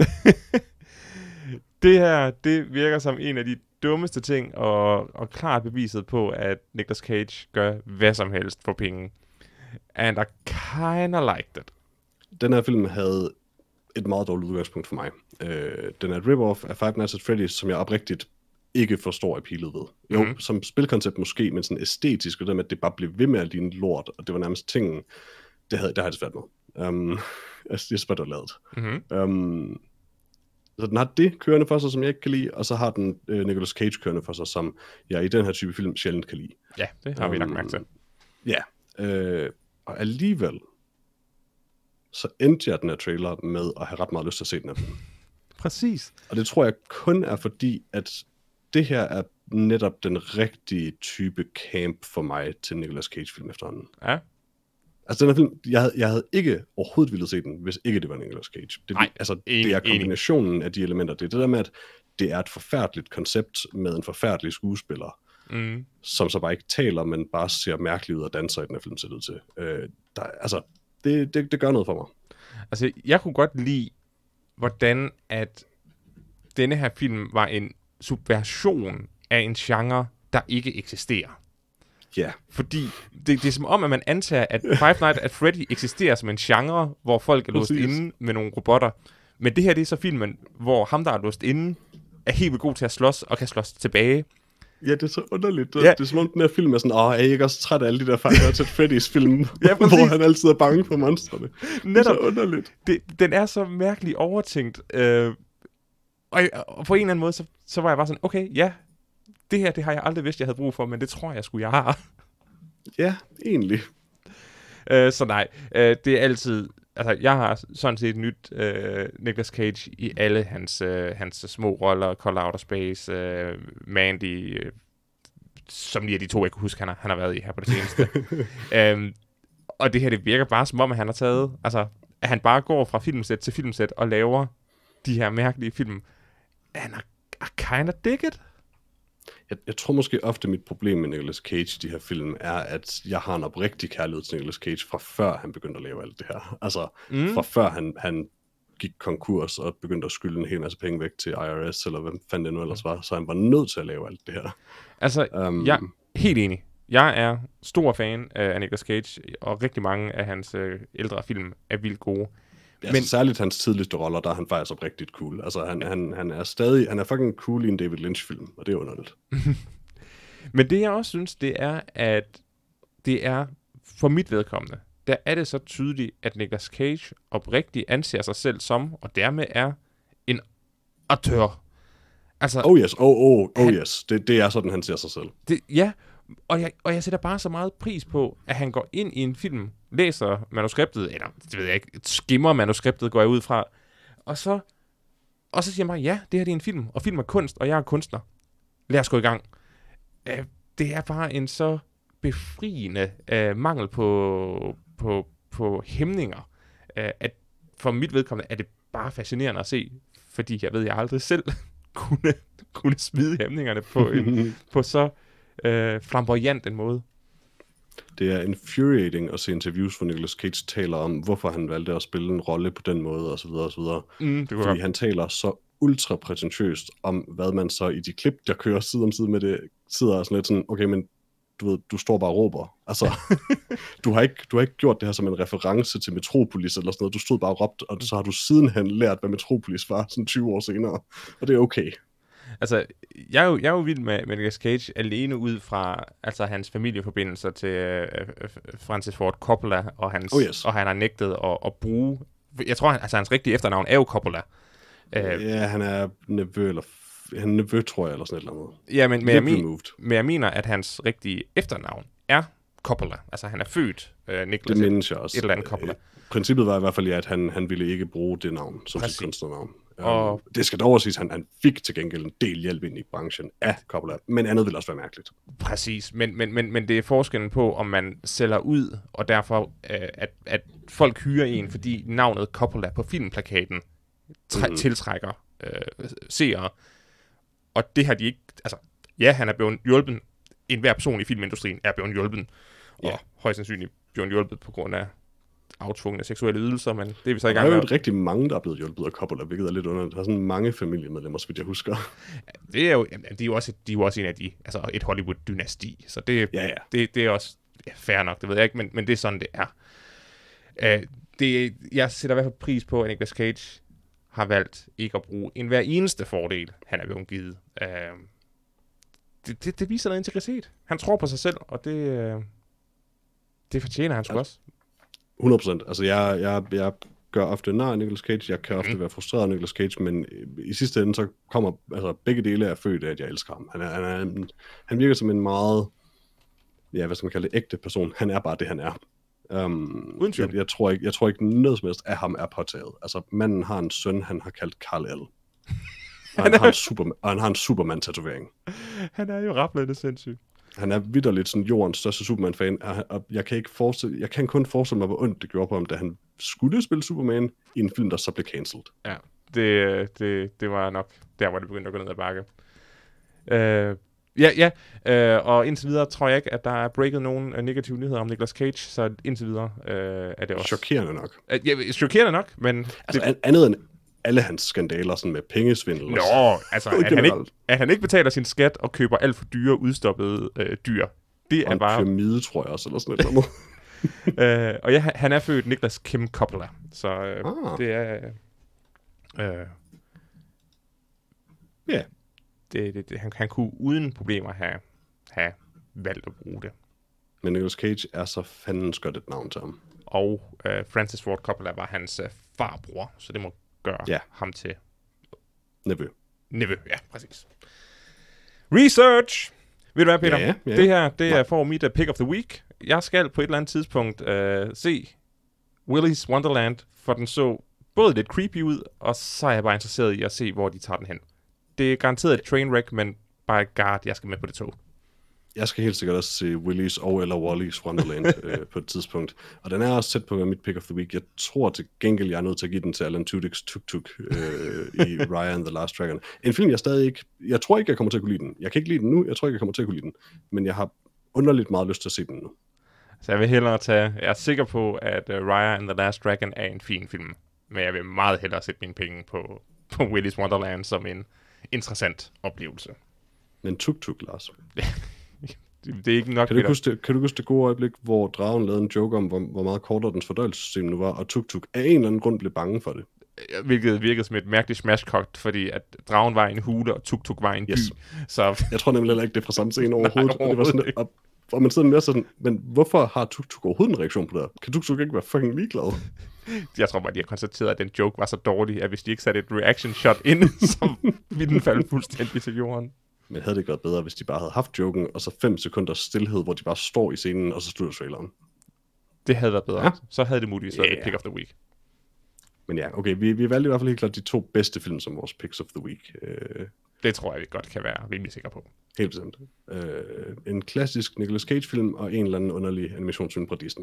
Det her, det virker som en af de dummeste ting, og, og klart beviset på, at Nicolas Cage gør hvad som helst for penge. And I kinda liked it. Den her film havde et meget dårligt udgangspunkt for mig. Øh, den er et rip-off af Five Nights at Freddy's, som jeg oprigtigt ikke forstår appealet ved. Jo, mm-hmm. som spilkoncept måske, men sådan æstetisk, og det med, at det bare blev ved med at ligne lort, og det var nærmest tingen, det havde, det havde jeg svært med. Um, jeg synes bare, det var lavet. Mm-hmm. Um, Så den har det kørende for sig, som jeg ikke kan lide, og så har den øh, Nicolas Cage kørende for sig, som jeg i den her type film sjældent kan lide. Ja, det har um, vi nok mærket til. Ja, øh, og alligevel, så endte jeg den her trailer med at have ret meget lyst til at se den her film. Præcis. Og det tror jeg kun er fordi, at det her er netop den rigtige type camp for mig til Nicolas Cage-film efterhånden. Ja. Altså den her film, jeg havde, jeg havde ikke overhovedet ville se den, hvis ikke det var Nicolas Cage. Det, Nej, altså, enig, det er kombinationen enig. af de elementer. Det er det der med, at det er et forfærdeligt koncept med en forfærdelig skuespiller. mm. som så bare ikke taler, men bare ser mærkeligt ud og danser i den her film, ser det ud til. Øh, der, altså, det, det, det gør noget for mig. Altså, jeg kunne godt lide, hvordan at denne her film var en subversion af en genre, der ikke eksisterer. Ja. Yeah. Fordi det, det er som om, at man antager, at Five Nights at Freddy eksisterer som en genre, hvor folk er låst inde med nogle robotter. Men det her, det er så filmen, hvor ham, der er låst inde, er helt vildt god til at slås, og kan slås tilbage. Ja, det er så underligt. Ja. Det er som om den her film er sådan, åh, er I ikke også træt af alle de der Five Nights at Freddy's film, ja, hvor han altid er bange for monstrene? Netop, det er så underligt. Det, den er så mærkeligt overtænkt. Øh, og, og på en eller anden måde, så, så var jeg bare sådan, okay, ja, det her, det har jeg aldrig vidst, jeg havde brug for, men det tror jeg sgu, jeg har. Ja, egentlig. Øh, så nej, øh, det er altid... Altså, jeg har sådan set nyt øh, Nicolas Cage i alle hans, øh, hans små roller. Call Outer Space, øh, Mandy, øh, som lige er de to, jeg kan huske, han har, han har været i her på det seneste. øhm, og det her, det virker bare som om, at han har taget... Altså, at han bare går fra filmsæt til filmsæt og laver de her mærkelige film. Han er, er kind of dig it. Jeg, jeg tror måske ofte, mit problem med Nicolas Cage, de her film, er, at jeg har en oprigtig kærlighed til Nicolas Cage, fra før han begyndte at lave alt det her. Altså, mm. fra før han, han gik konkurs og begyndte at skylde en hel masse penge væk til I R S, eller hvad fanden det nu ellers var, så han var nødt til at lave alt det her. Altså, um, jeg er helt enig. Jeg er stor fan af Nicolas Cage, og rigtig mange af hans øh, ældre film er vildt gode. Ja, men særligt hans tidligste roller, der er han faktisk oprigtigt cool. Altså, han, han, han er stadig, han er fucking cool i en David Lynch-film, og det er underligt. Men det, jeg også synes, det er, at det er, for mit vedkommende, der er det så tydeligt, at Nicolas Cage oprigtigt anser sig selv som, og dermed er en autør. Altså, oh yes, oh, oh, oh han, yes, det, det er sådan, han ser sig selv. Det, ja, og jeg, og jeg sætter bare så meget pris på, at han går ind i en film, læser manuskriptet, eller det ved jeg ikke, skimmer manuskriptet, går jeg ud fra, og så, og så siger han bare, ja, det her det er en film, og film er kunst, og jeg er kunstner. Lad os gå i gang. Uh, det er bare en så befriende uh, mangel på, på, på hæmninger, uh, at for mit vedkommende er det bare fascinerende at se, fordi jeg ved, jeg aldrig selv kunne, kunne smide hæmningerne på, en, på så uh, flamboyant en måde. Det er infuriating at se interviews, hvor Nicolas Cage taler om, hvorfor han valgte at spille en rolle på den måde, og så videre, og så videre. Mm, det Fordi han taler så ultra prætentiøst om, hvad man så i de klip, der kører side om side med det, sidder sådan lidt sådan, okay, men du ved, du står bare og råber. Altså, du har ikke, du har ikke gjort det her som en reference til Metropolis eller sådan noget. Du stod bare og råbte, og så har du sidenhen lært, hvad Metropolis var, sådan tyve år senere. Og det er okay. Altså, jeg er jo, jeg er jo vild med, med Nicolas Cage alene ud fra altså, hans familieforbindelser til uh, Francis Ford Coppola, og, hans, oh yes. og han har nægtet at, at bruge... Jeg tror, han, altså, hans rigtige efternavn er jo Coppola. Uh, ja, han er nevø, eller han er nevø, tror jeg, eller sådan et eller andet. Ja, men, men, jeg, men, men jeg mener, at hans rigtige efternavn er Coppola. Altså, han er født uh, Nicolas. Det mindes jeg også. Et eller andet Coppola. Princippet var i hvert fald, at han, han ville ikke bruge det navn som sit kunstnernavn. Og um, det skal dog også siges, at han, han fik til gengæld en del hjælp ind i branchen af Coppola, men andet vil også være mærkeligt. Præcis, men, men, men, men det er forskellen på, om man sælger ud, og derfor, øh, at, at folk hyrer en, fordi navnet Coppola på filmplakaten træ- mm. tiltrækker øh, seere, og det har de ikke, altså, ja, han er blevet hjulpen, enhver person i filmindustrien er blevet hjulpen, og ja. højst sandsynligt blevet hjulpet på grund af aftvungne seksuelle ydelser, men det er vi så i gang med. Der er jo rigtig mange, der er blevet hjulpet af Coppola, hvilket er lidt underligt. Der er sådan mange familiemedlemmer, så vidt jeg husker. Det er jo, jamen, de er jo også, de er jo også en af de, altså et Hollywood-dynasti, så det, ja, ja. det, det er også ja, fair nok, det ved jeg ikke, men, men det er sådan, det er. Uh, det, jeg sætter i hvert fald pris på, at Nicolas Cage har valgt ikke at bruge en hver eneste fordel, han er blevet givet. Uh, det, det, det viser noget integritet. Han tror på sig selv, og det, uh, det fortjener han sgu altså, også. hundrede procent. Altså, jeg, jeg, jeg gør ofte nar af Nicolas Cage. Jeg kan ofte mm. være frustreret af Nicolas Cage, men i sidste ende, så kommer altså, begge dele af født af, at jeg elsker ham. Han, er, han, er en, han virker som en meget, ja, hvad skal man kalde det, ægte person. Han er bare det, han er. Um, jeg, jeg, tror ikke, jeg tror ikke noget som helst af ham er påtaget. Altså, manden har en søn, han har kaldt Karl L. Og han, har en super, og han har en Superman-tatovering. Han er jo rablende sindssygt. Han er vitterligt sådan jordens største Superman-fan, og jeg kan ikke forestille, jeg kan kun forestille mig, hvor ondt det gjorde på ham, da han skulle spille Superman i en film, der så blev cancelled. Ja, det, det, det var nok der, hvor det begyndte at gå ned ad bakke. Uh, Ja, ja. Øh, og indtil videre tror jeg ikke, at der er breaket nogen uh, negative nyheder om Nicolas Cage, så indtil videre øh, er det også... Chokerende nok. Uh, ja, chokerende nok, men... Altså det... andet end alle hans skandaler sådan med pengesvindel. Nå, altså, at han, ikke, at han ikke betaler sin skat og køber alt for dyre, udstoppede øh, dyr. Det og er bare... en pyramide, tror jeg også, eller sådan et eller andet. øh, og ja, han er født Nicolas Kim Coppola, så øh, ah. det er... Øh, Ja. Yeah. Det, det, det, han, han kunne uden problemer have, have valgt at bruge det. Men Nicolas Cage er så fandens godt et navn til ham. Og øh, Francis Ford Coppola var hans øh, farbror, så det må gøre ja. ham til... Nevø. Nevø, ja, præcis. Research! Ved du hvad, Peter? Ja, ja, ja. Det her, det er for mit uh, pick of the week. Jeg skal på et eller andet tidspunkt uh, se Willy's Wonderland, for den så både lidt creepy ud, og så er jeg bare interesseret i at se, hvor de tager den hen. Det er garanteret et trainwreck, men by God, jeg skal med på det tog. Jeg skal helt sikkert også se Willy's og eller Wally's Wonderland øh, på et tidspunkt. Og den er også tæt på at være mit pick of the week. Jeg tror til gengæld, jeg er nødt til at give den til Alan Tudyks Tuk Tuk øh, i Raya and the Last Dragon. En film, jeg stadig ikke... Jeg tror ikke, jeg kommer til at kunne lide den. Jeg kan ikke lide den nu, jeg tror ikke, jeg kommer til at kunne lide den. Men jeg har underligt meget lyst til at se den nu. Så jeg vil hellere tage... Jeg er sikker på, at uh, Raya and the Last Dragon er en fin film. Men jeg vil meget hellere sætte mine penge på, på Willy's Wonderland som en interessant oplevelse. Men Tuk Tuk, Lars. Det er ikke nok. Kan du, huske det, kan du huske det gode øjeblik, hvor dragen lavede en joke om, hvor, hvor meget kortere dens fordøjelsessystem nu var, og Tuk Tuk af en eller anden grund blev bange for det? Hvilket virkede som et mærkeligt smashcock, fordi at dragen var i en hule, og Tuk Tuk var i en by. Yes. Så... Jeg tror nemlig heller ikke, det er fra samme scene overhovedet. Nej, overhovedet det var sådan, og, og man sidder mere sådan, men hvorfor har Tuk Tuk overhovedet en reaktion på det? Kan Tuk Tuk ikke være fucking ligeglad? Jeg tror bare, de har konstateret, at den joke var så dårlig, at hvis de ikke satte et reaction shot ind, så ville den falde fuldstændig til jorden. Men havde det ikke været bedre, hvis de bare havde haft joken, og så fem sekunder stillhed, hvor de bare står i scenen, og så slutter traileren? Det havde været bedre. Ja. Så havde det muligvis været yeah. et pick of the week. Men ja, okay, vi, vi valgte i hvert fald helt klart de to bedste film som vores picks of the week. Uh, det tror jeg, vi godt kan være rimelig sikre på. Helt bestemt. Uh, en klassisk Nicolas Cage-film, og en eller anden underlig animationsfilm fra Disney.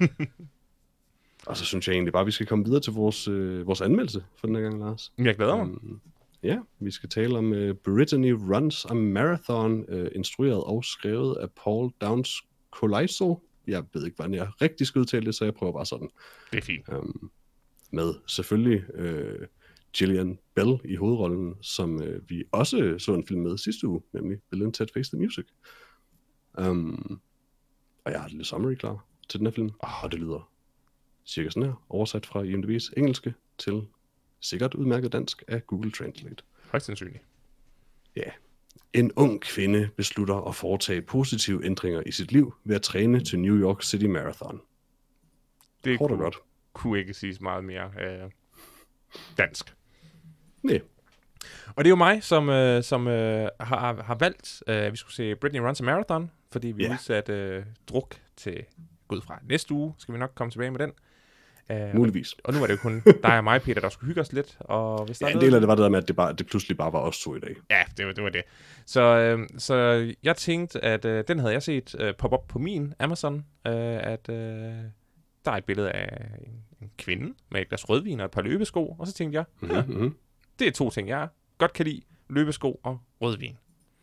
Og så synes jeg egentlig bare, at vi skal komme videre til vores, uh, vores anmeldelse for den her gang, Lars. Jeg glæder mig. Um, Ja, vi skal tale om uh, Brittany Runs a Marathon, uh, instrueret og skrevet af Paul Downs Colisol. Jeg ved ikke, hvordan jeg rigtig skal udtale det, så jeg prøver bare sådan. Det er fint. Um, med selvfølgelig uh, Gillian Bell i hovedrollen, som uh, vi også så en film med sidste uge, nemlig Bill and Ted Face the Music. Um, og jeg har et lille summary klar til den her film, og det lyder cirka sådan her, oversat fra I M D B's engelske til sikkert udmærket dansk af Google Translate. Højst sandsynligt. Ja. En ung kvinde beslutter at foretage positive ændringer i sit liv ved at træne til New York City Marathon. Det kunne, godt. kunne ikke siges meget mere øh, dansk. Nej. Og det er jo mig, som, øh, som øh, har, har valgt, at øh, vi skulle se Brittany Runs a Marathon, fordi vi yeah. udsatte øh, druk til gå ud fra næste uge. Skal vi nok komme tilbage med den. Uh, Muligvis. Og, og nu var det jo kun dig og mig, Peter, der skulle hygge os lidt. Og hvis der ja, er en del af det var det der med, at det, bare, det pludselig bare var os to i dag. Ja, det var det. Var det. Så, øh, så jeg tænkte, at øh, den havde jeg set øh, pop op på min Amazon, øh, at øh, der er et billede af en, en kvinde med et glas rødvin og et par løbesko. Og så tænkte jeg, mm-hmm. ja, mm-hmm. det er to ting, jeg godt kan lide. Løbesko og rødvin.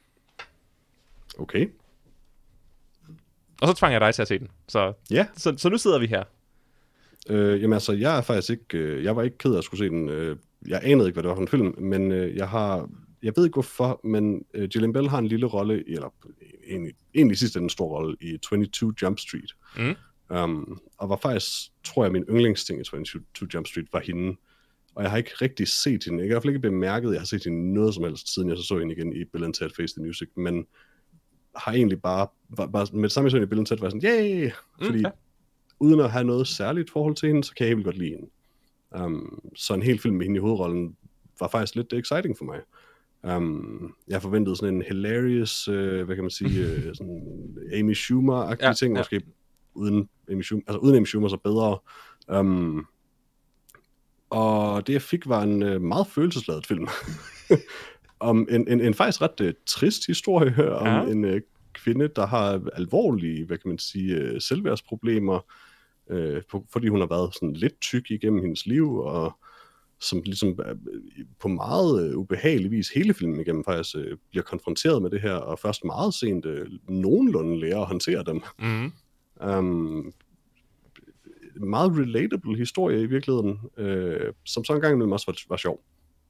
Okay. Og så tvang jeg dig til at se den. Så, ja. så, så nu sidder vi her. Øh, jamen altså, jeg er faktisk ikke, øh, jeg var ikke ked af at skulle se den. Øh, jeg anede ikke, hvad det var for en film, men øh, jeg har, jeg ved ikke hvorfor, men øh, Gillian Bell har en lille rolle, eller egentlig, egentlig sidst en stor rolle i tyve Jump Street. Mm. Um, og var faktisk, tror jeg, min yndlingsting i tyve Jump Street var hende. Og jeg har ikke rigtig set hende. Jeg har i hvert fald ikke bemærket, jeg har set hende noget som helst, siden jeg så så hende igen i Bill and Ted Face the Music, men har egentlig bare, bare, bare med det samme jeg så hende i Bill and Ted, var sådan, yay! Fordi mm, ja. Uden at have noget særligt forhold til hende, så kan jeg helt vildt godt lide hende. Um, så en hel film med hende i hovedrollen var faktisk lidt exciting for mig. Um, jeg forventede sådan en hilarious, uh, hvad kan man sige, uh, sådan Amy Schumer-agtige ja, ting, ja. Måske uden Amy Schumer, altså uden Amy Schumer så bedre. Um, og det jeg fik var en uh, meget følelsesladet film. om en, en, en faktisk ret uh, trist historie her, om ja. en uh, kvinde, der har alvorlige, hvad kan man sige, uh, selvværdsproblemer, uh, på, fordi hun har været sådan lidt tyk igennem hendes liv, og som ligesom på meget ubehagelig vis hele filmen igennem faktisk øh, bliver konfronteret med det her, og først meget sent øh, nogenlunde lærer at håndtere dem. Mm. Um, meget relatable historie i virkeligheden, øh, som så en gang imellem også var, var sjov.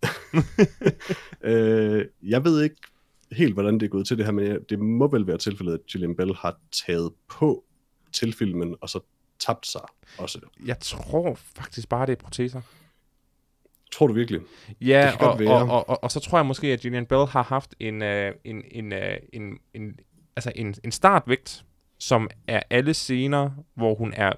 øh, jeg ved ikke helt, hvordan det er gået til det her, men det må vel være tilfældet, at Gillian Bell har taget på til filmen, og så tabt sig også. Jeg tror faktisk bare, det er proteser. Tror du virkelig? Ja, og, og, og, og, og så tror jeg måske, at Gillian Bell har haft en, uh, en, en, uh, en, en, altså en, en startvægt, som er alle scener, hvor hun er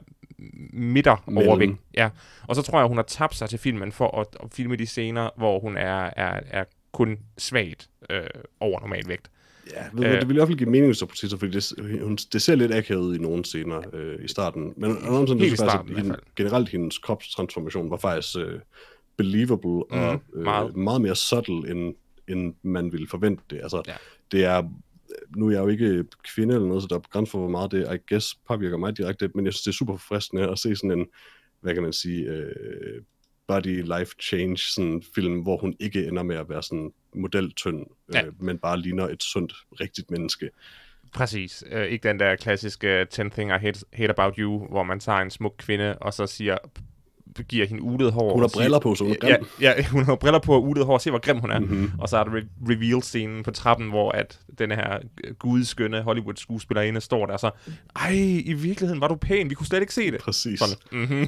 midter overvægt. Ja. Og så tror jeg, hun har tabt sig til filmen for at, at filme de scener, hvor hun er, er, er kun svagt øh, over normal vægt. Ja, ved du, det vil i hvert fald give mening så præcis, fordi det, hun, det ser lidt akavet ud i nogle scener øh, i starten. Men Helt sådan, i starten, faktisk, hende, generelt hendes kropstransformation var faktisk øh, believable mm, og øh, meget. meget mere subtle, end, end man ville forvente det. Altså, ja. det er, nu er jeg jo ikke kvinde eller noget, så der er grænser for, hvor meget det, I guess, påvirker mig direkte, men jeg synes, det er super forfriskende at se sådan en, hvad kan man sige, øh, body life change sådan film, hvor hun ikke ender med at være sådan modeltynd, ja. øh, men bare ligner et sundt, rigtigt menneske. Præcis. Uh, ikke den der klassiske ten thing I hate, hate about you, hvor man tager en smuk kvinde, og så siger, giver hende ulet hår. Hun har briller på, så hun er grim. Ja, ja, hun har briller på og ulet hår, se hvor grim hun er. Mm-hmm. Og så er der re- reveal-scenen på trappen, hvor at den her gudskønne Hollywood-skuespillerinde står der, så, ej, i virkeligheden var du pæn, vi kunne slet ikke se det. Præcis. Mm-hmm.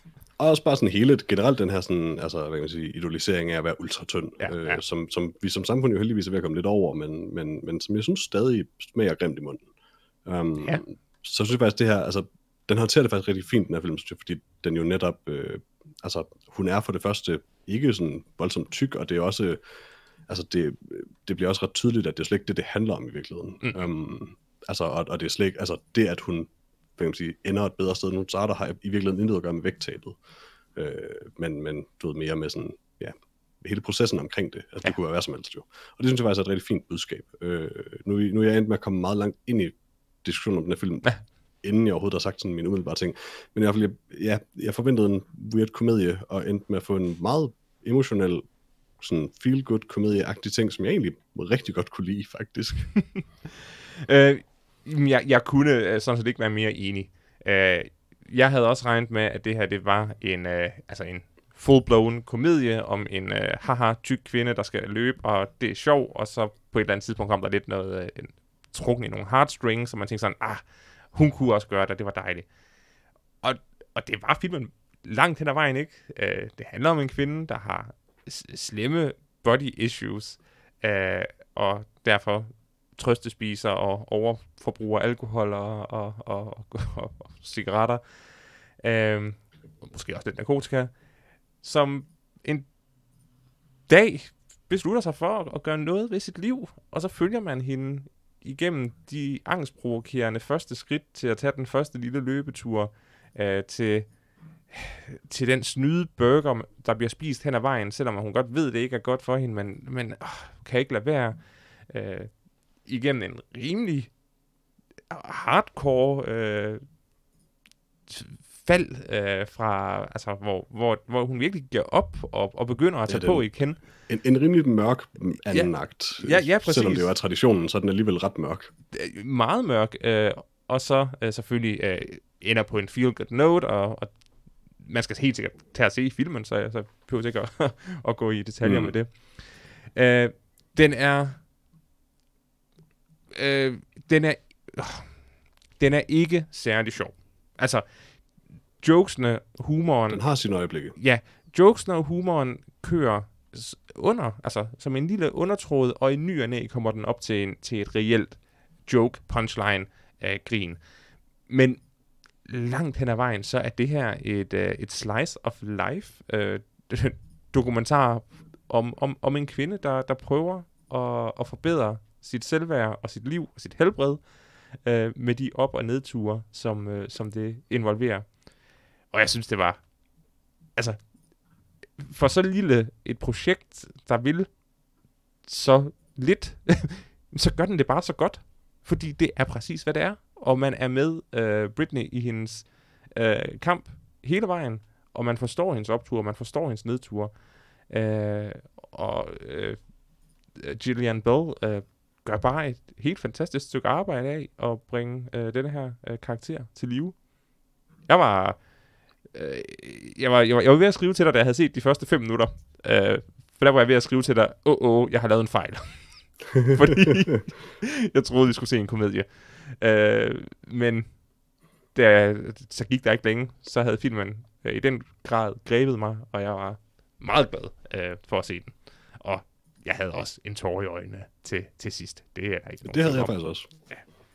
Og også bare sådan hele, generelt den her sådan, altså, hvad kan man sige, idolisering af at være ultratynd, ja, ja. øh, som, som vi som samfund jo heldigvis er ved at komme lidt over, men, men, men som jeg synes stadig smager grimt i munden. Um, ja. Så synes jeg faktisk, det her, altså, den håndterer det faktisk rigtig fint, den her film, fordi den jo netop, øh, altså, hun er for det første ikke sådan voldsomt tyk, og det er også, altså, det, det bliver også ret tydeligt, at det er slet ikke det, det handler om i virkeligheden. Mm. Um, altså, og, og det er slet ikke, altså, det at hun, hvad kan man sige, ender et bedre sted nu, så er der har i virkeligheden intet at gøre med vægttabet. Øh, men, men du ved, mere med sådan, ja, hele processen omkring det. Altså, ja. Det kunne være hvad som helst jo. Og det synes jeg faktisk er et rigtig fint budskab. Øh, nu, nu er jeg endt med at komme meget langt ind i diskussionen om den her film, ja. Inden jeg overhovedet har sagt sådan mine umiddelbare ting. Men i hvert fald, jeg, ja, jeg forventede en weird komedie, og endte med at få en meget emotionel, sådan feel-good komedieagtig ting, som jeg egentlig rigtig godt kunne lide, faktisk. øh, jeg, jeg kunne sådan set ikke være mere enig. Øh, jeg havde også regnet med, at det her, det var en, øh, altså en full-blown komedie om en øh, haha tyk kvinde, der skal løbe, og det er sjov, og så på et eller andet tidspunkt kom der lidt noget øh, trukken i nogle heartstrings, så man tænkte sådan, ah, hun kunne også gøre det, det var dejligt. Og, og det var filmen langt hen ad vejen, ikke? Øh, det handler om en kvinde, der har slemme body issues, øh, og derfor trøstespiser og overforbruger alkohol og, og, og, og, og, og cigaretter. Øh, måske også lidt narkotika. Som en dag beslutter sig for at, at gøre noget ved sit liv, og så følger man hende igennem de angstprovokerende første skridt til at tage den første lille løbetur øh, til, til den snyde burger, der bliver spist hen ad vejen, selvom hun godt ved, det ikke er godt for hende, men, men øh, kan ikke lade være. Øh, igennem en rimelig hardcore øh, fald øh, fra, altså, hvor, hvor, hvor hun virkelig giver op og, og begynder at tage ja, på igen. En, en rimelig mørk anden ja, akt. Ja, ja, præcis. Selvom det jo er traditionen, så er den alligevel ret mørk. Meget mørk, øh, og så øh, selvfølgelig øh, ender på en feel-good note, og, og man skal helt sikkert tage at se filmen, så jeg så behøver ikke at, at gå i detaljer mm. med det. Øh, den er øh, den er øh, den er ikke særlig sjov. Altså, jokesene, humoren... Den har sine øjeblikke. Ja, jokesene og humoren kører under, altså som en lille undertråd, og i ny og næ kommer den op til, en, til et reelt joke, punchline, øh, grin. Men langt hen ad vejen, så er det her et, øh, et slice of life øh, dokumentar om, om, om en kvinde, der, der prøver at, at forbedre sit selvværd og sit liv og sit helbred øh, med de op- og nedture, som, øh, som det involverer. Og jeg synes, det var... Altså, for så lille et projekt, der vil så lidt, så gør den det bare så godt. Fordi det er præcis, hvad det er. Og man er med øh, Britney i hendes øh, kamp hele vejen. Og man forstår hendes optur, man forstår hendes nedtur. Øh, og øh, Gillian Bell øh, gør bare et helt fantastisk stykke arbejde af at bringe øh, denne her øh, karakter til live. Jeg var, øh, jeg var, jeg var, jeg var ved at skrive til dig, da jeg havde set de første fem minutter. Øh, for der var jeg ved at skrive til dig, åh, oh, oh, jeg har lavet en fejl. Fordi jeg troede, vi skulle se en komedie. Øh, men der, så gik der ikke længe, så havde filmen øh, i den grad grebet mig, og jeg var meget glad øh, for at se den. Og jeg havde også en tår i øjnene til, til sidst. Det er der ikke nogen Det havde jeg om. faktisk også. Ja.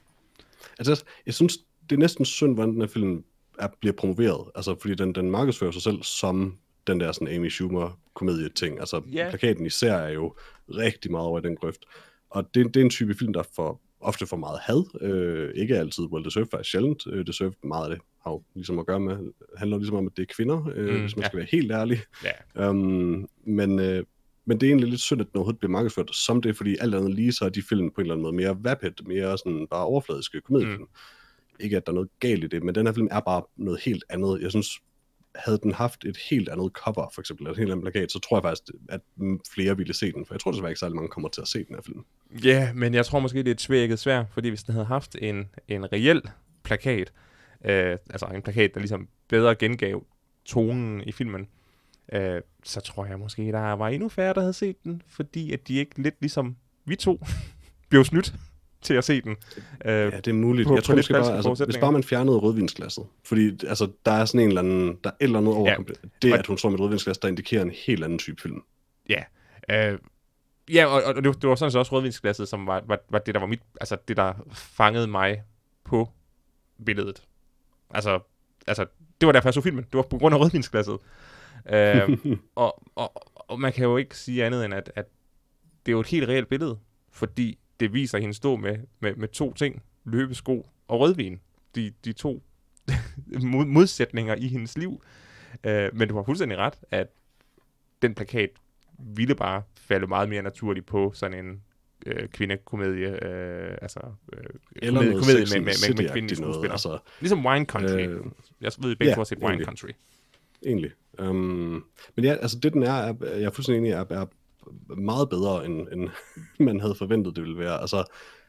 Altså, jeg synes, det er næsten synd, hvordan den her film er, bliver promoveret. Altså, fordi den, den markedsfører sig selv som den der sådan Amy Schumer-komedie-ting. Altså, Ja. plakaten især er jo rigtig meget over i den grøft. Og det, det er en type film, der får, ofte får meget had. Øh, ikke altid well-deserved, faktisk sjældent. Øh, deserved meget af det har jo ligesom at gøre med, handler ligesom om, at det er kvinder, øh, mm, hvis man ja. skal være helt ærlig. Ja. Um, men... Øh, Men det er egentlig lidt synd, at den overhovedet bliver markedsført som det, fordi alt andet lige, så er de film på en eller anden måde mere vapid, mere sådan bare overfladiske komediefilm. Mm. Ikke at der er noget galt i det, men den her film er bare noget helt andet. Jeg synes, havde den haft et helt andet cover, for eksempel, et helt andet plakat, så tror jeg faktisk, at flere ville se den, for jeg tror desværre ikke særlig mange kommer til at se den her film. Ja, yeah, men jeg tror måske, det er et tvækket svær, fordi hvis den havde haft en, en reel plakat, øh, altså en plakat, der ligesom bedre gengav tonen i filmen, Øh, så tror jeg måske, der var endnu færre, der havde set den, fordi at de ikke lidt ligesom vi to blev snydt til at se den. Øh, ja, det er muligt. På, jeg tror måske bare, altså, hvis bare man fjernede rødvinsglasset, fordi altså, der er sådan en eller anden, der er et eller andet over, ja, det at hun står med et rødvinsglas, der indikerer en helt anden type film. Ja, øh, ja og, og det, det var sådan set også rødvinsglasset, som var, var, var det, der var mit, altså det, der fangede mig på billedet. Altså, altså det var derfor, jeg så filmen. Det var på grund af rødvinsglasset. øh, og, og, og man kan jo ikke sige andet end, at, at det er jo et helt reelt billede, fordi det viser hende stå med, med, med to ting, løbesko og rødvin. De, de to modsætninger i hendes liv. Øh, men du har fuldstændig ret, at den plakat ville bare falde meget mere naturligt på sådan en øh, kvindekomedie, øh, altså øh, eller komedie, noget komedie med, med, med, med kvindelige skuespillere. Altså, ligesom Wine Country. Øh, jeg ved begge, ja, du har set Wine egentlig. Country. Egentlig. Um, men ja, altså det den er, er jeg er fuldstændig enig i, er, er meget bedre, end, end man havde forventet, det ville være. Altså,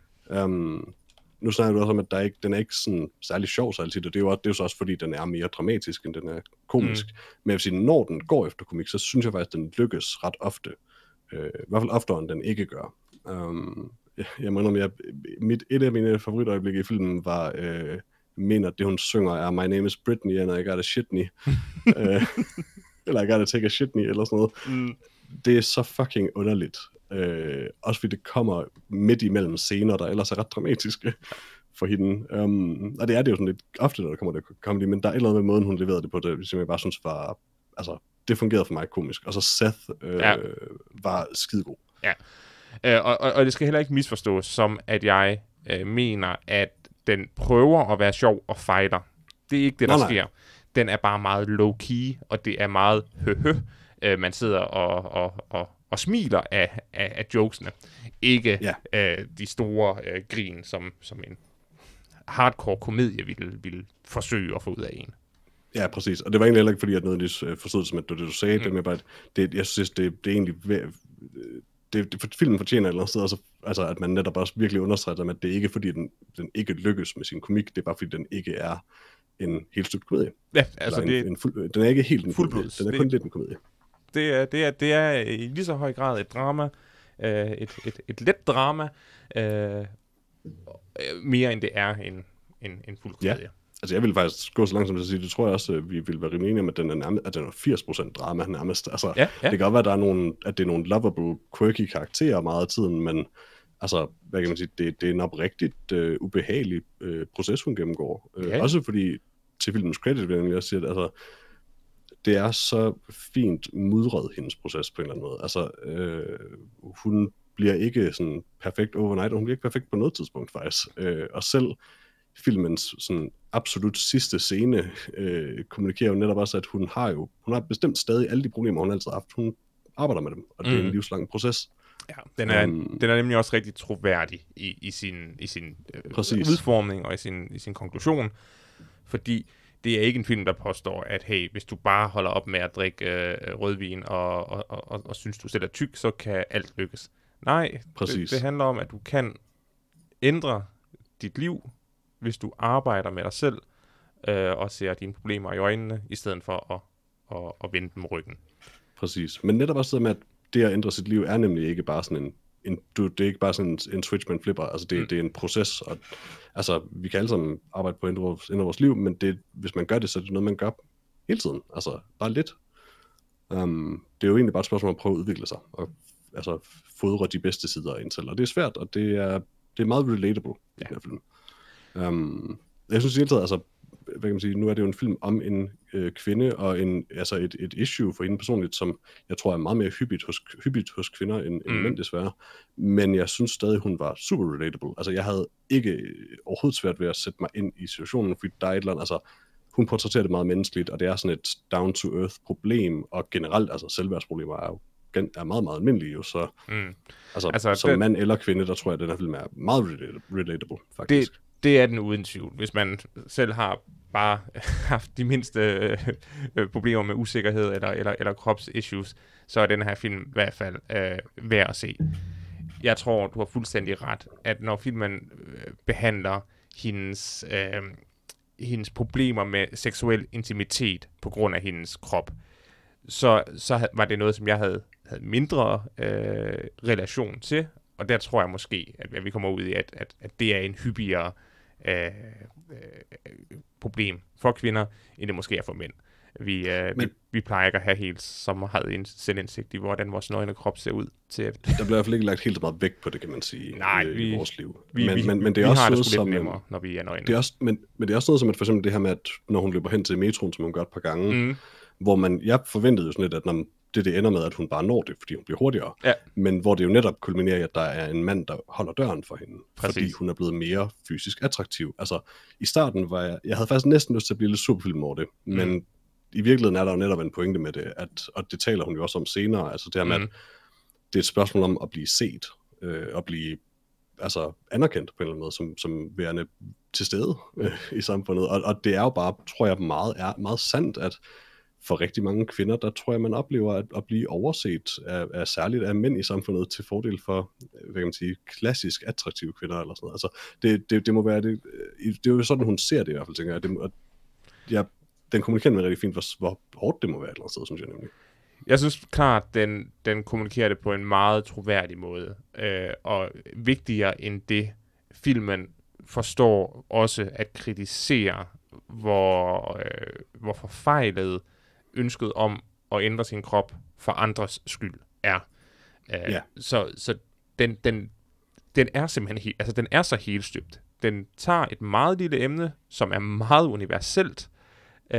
um, nu snakker du også om, at der ikke, den er ikke sådan særlig sjov så altid, og det er, jo, det er jo så også, fordi den er mere dramatisk, end den er komisk. Mm. Men jeg vil sige, når den går efter komik, så synes jeg faktisk, den lykkes ret ofte. Uh, I hvert fald oftere, end den ikke gør. Um, jeg, jeg må indrømme, jeg, mit, et af mine favoritøjeblikke i filmen var... Uh, mener, at det hun synger er My name is Britney, and I got a shitney. uh, eller I got to take a shitney, eller sådan noget. Mm. Det er så fucking underligt. Uh, også fordi det kommer midt imellem scener, der ellers er ret dramatiske for hende. Um, og det er det jo sådan lidt ofte, når der kommer det comedy, men der er et eller andet med måden, hun leverede det på, det, som jeg bare synes var, altså, det fungerede for mig komisk. Og så Seth uh, ja. var skidegod. Ja, uh, og, og, og det skal heller ikke misforstås som, at jeg uh, mener, at den prøver at være sjov og fighter. Det er ikke det, der nej, sker. Nej. Den er bare meget low-key, og det er meget høhø. Øh, man sidder og, og, og, og smiler af, af, af jokesene. Ikke ja. øh, de store øh, grin, som, som en hardcore komedie ville, ville forsøge at få ud af en. Ja, præcis. Og det var egentlig heller ikke, fordi jeg nødvendigvis forstod det som, at det, det du sagde. Mm. Det med bare, det, jeg synes, det, det er egentlig... Det, det, filmen fortjener et eller andet sted, altså, altså at man netop også virkelig understreger, at det ikke er fordi, den, den ikke lykkes med sin komik, det er bare fordi, den ikke er en helt stykke komedie. Ja, altså det en, en fuld, den er ikke helt en komedie, den er det, kun lidt en komedie. Det er, det, er, det er i lige så høj grad et drama, øh, et, et, et let drama, øh, mere end det er en, en, en fuld komedie. Ja. Altså jeg vil faktisk gå så langt som at sige, det tror jeg også, at vi vil være rimelig enige om, at den er, nærmest, at den er firs procent drama nærmest. Altså, ja, ja. Det kan godt være, at, der er nogle, at det er nogle lovable, quirky karakterer meget af tiden, men altså, hvad kan man sige, det, det er en oprigtigt uh, ubehagelig uh, proces, hun gennemgår. Ja. Uh, også fordi, til filmens credit, vil jeg også sige, at altså, det er så fint mudret, hendes proces på en eller anden måde. Altså, uh, hun bliver ikke sådan perfekt overnight, og hun bliver ikke perfekt på noget tidspunkt faktisk. Uh, og selv filmens sådan absolut sidste scene øh, kommunikerer jo netop også, at hun har jo hun har bestemt stadig alle de problemer, hun altid har haft. Hun arbejder med dem, og det mm. er en livslang proces. Ja, den er, um, den er nemlig også rigtig troværdig i, i sin, i sin øh, udformning og i sin, i sin konklusion, fordi det er ikke en film, der påstår, at hey, hvis du bare holder op med at drikke øh, rødvin og, og, og, og, og synes, du selv er tyk, så kan alt lykkes. Nej, det, det handler om, at du kan ændre dit liv, hvis du arbejder med dig selv, øh, og ser dine problemer i øjnene, i stedet for at, at, at vende dem ryggen. Præcis. Men netop også det med, at det at ændre sit liv er nemlig ikke bare sådan en, en du, det er ikke bare sådan en, en switch, man flipper. Altså det, mm. det er en proces, og altså vi kan alle sammen arbejde på at ændre vores, ændre vores liv, men det, hvis man gør det, så er det noget, man gør hele tiden. Altså bare lidt. Um, det er jo egentlig bare et spørgsmål om at prøve at udvikle sig, og altså fodre de bedste sider af en selv. Og det er svært, og det er, det er meget relatable i den her film. Um, jeg synes i hele taget, altså, hvad kan man sige, nu er det jo en film om en øh, kvinde, og en, altså et, et issue for hende personligt, som jeg tror er meget mere hyppigt hos, hyppigt hos kvinder end, mm. end mænd desværre. Men jeg synes stadig, hun var super relatable. Altså jeg havde ikke overhovedet svært ved at sætte mig ind i situationen, fordi der er et eller andet, altså hun portrætterer det meget menneskeligt, og det er sådan et down-to-earth problem, og generelt, altså selvværdsproblemer er jo er meget, meget almindelige jo, så mm. altså, altså som den, mand eller kvinde, der tror jeg, at den her film er meget relatable, faktisk. Det, det er den uden tvivl. Hvis man selv har bare haft de mindste øh, problemer med usikkerhed eller, eller, eller kropsissues, så er den her film i hvert fald øh, værd at se. Jeg tror, du har fuldstændig ret, at når filmen øh, behandler hendes, øh, hendes problemer med seksuel intimitet på grund af hendes krop, så, så var det noget, som jeg havde, havde mindre øh, relation til, og der tror jeg måske, at vi kommer ud i, at, at, at det er en hyppigere øh, øh, problem for kvinder, end det måske er for mænd. Vi, øh, Men, vi, vi plejer ikke at have helt så meget en selvindsigt i, hvordan vores nøgne krop ser ud. Til at der bliver i hvert fald ikke lagt helt så meget vægt på det, kan man sige, Nej, i, vi, i vores liv. Vi, men, vi, men, men det er vi også har noget, det sgu som, lidt nemmere, når vi er nøgne. Det er også, men, men det er også noget som, at for eksempel det her med, at når hun løber hen til metroen, som hun gør et par gange, mm. hvor man, jeg forventede jo sådan lidt, at når det, det ender med, at hun bare når det, fordi hun bliver hurtigere. Ja. Men hvor det jo netop kulminerer i, at der er en mand, der holder døren for hende. Præcis. Fordi hun er blevet mere fysisk attraktiv. Altså, i starten var jeg, jeg havde faktisk næsten lyst til at blive lidt superfilm over det, mm. men i virkeligheden er der jo netop en pointe med det, at, og det taler hun jo også om senere, altså det her med, mm. at det er et spørgsmål om at blive set, øh, og blive altså anerkendt på en eller anden måde, som, som værende til stede øh, i samfundet. Og, og det er jo bare, tror jeg, meget, er meget sandt, at for rigtig mange kvinder, der tror jeg, man oplever at, at blive overset af, af særligt af mænd i samfundet til fordel for, hvad kan man sige, klassisk attraktive kvinder eller sådan noget. Altså, det, det, det må være det. Det er jo sådan, hun ser det i hvert fald, tænker jeg. Det, og jeg, den kommunikerer med rigtig fint, hvor, hvor hårdt det må være et eller andet sted, synes jeg nemlig. Jeg synes klart, den, den kommunikerer det på en meget troværdig måde. Øh, og vigtigere end det, filmen forstår også at kritisere, hvor, øh, hvor forfejlet ønsket om at ændre sin krop for andres skyld er. Uh, yeah. Så, så den, den, den er simpelthen he- altså den er så helstøbt. Den tager et meget lille emne, som er meget universelt. Uh,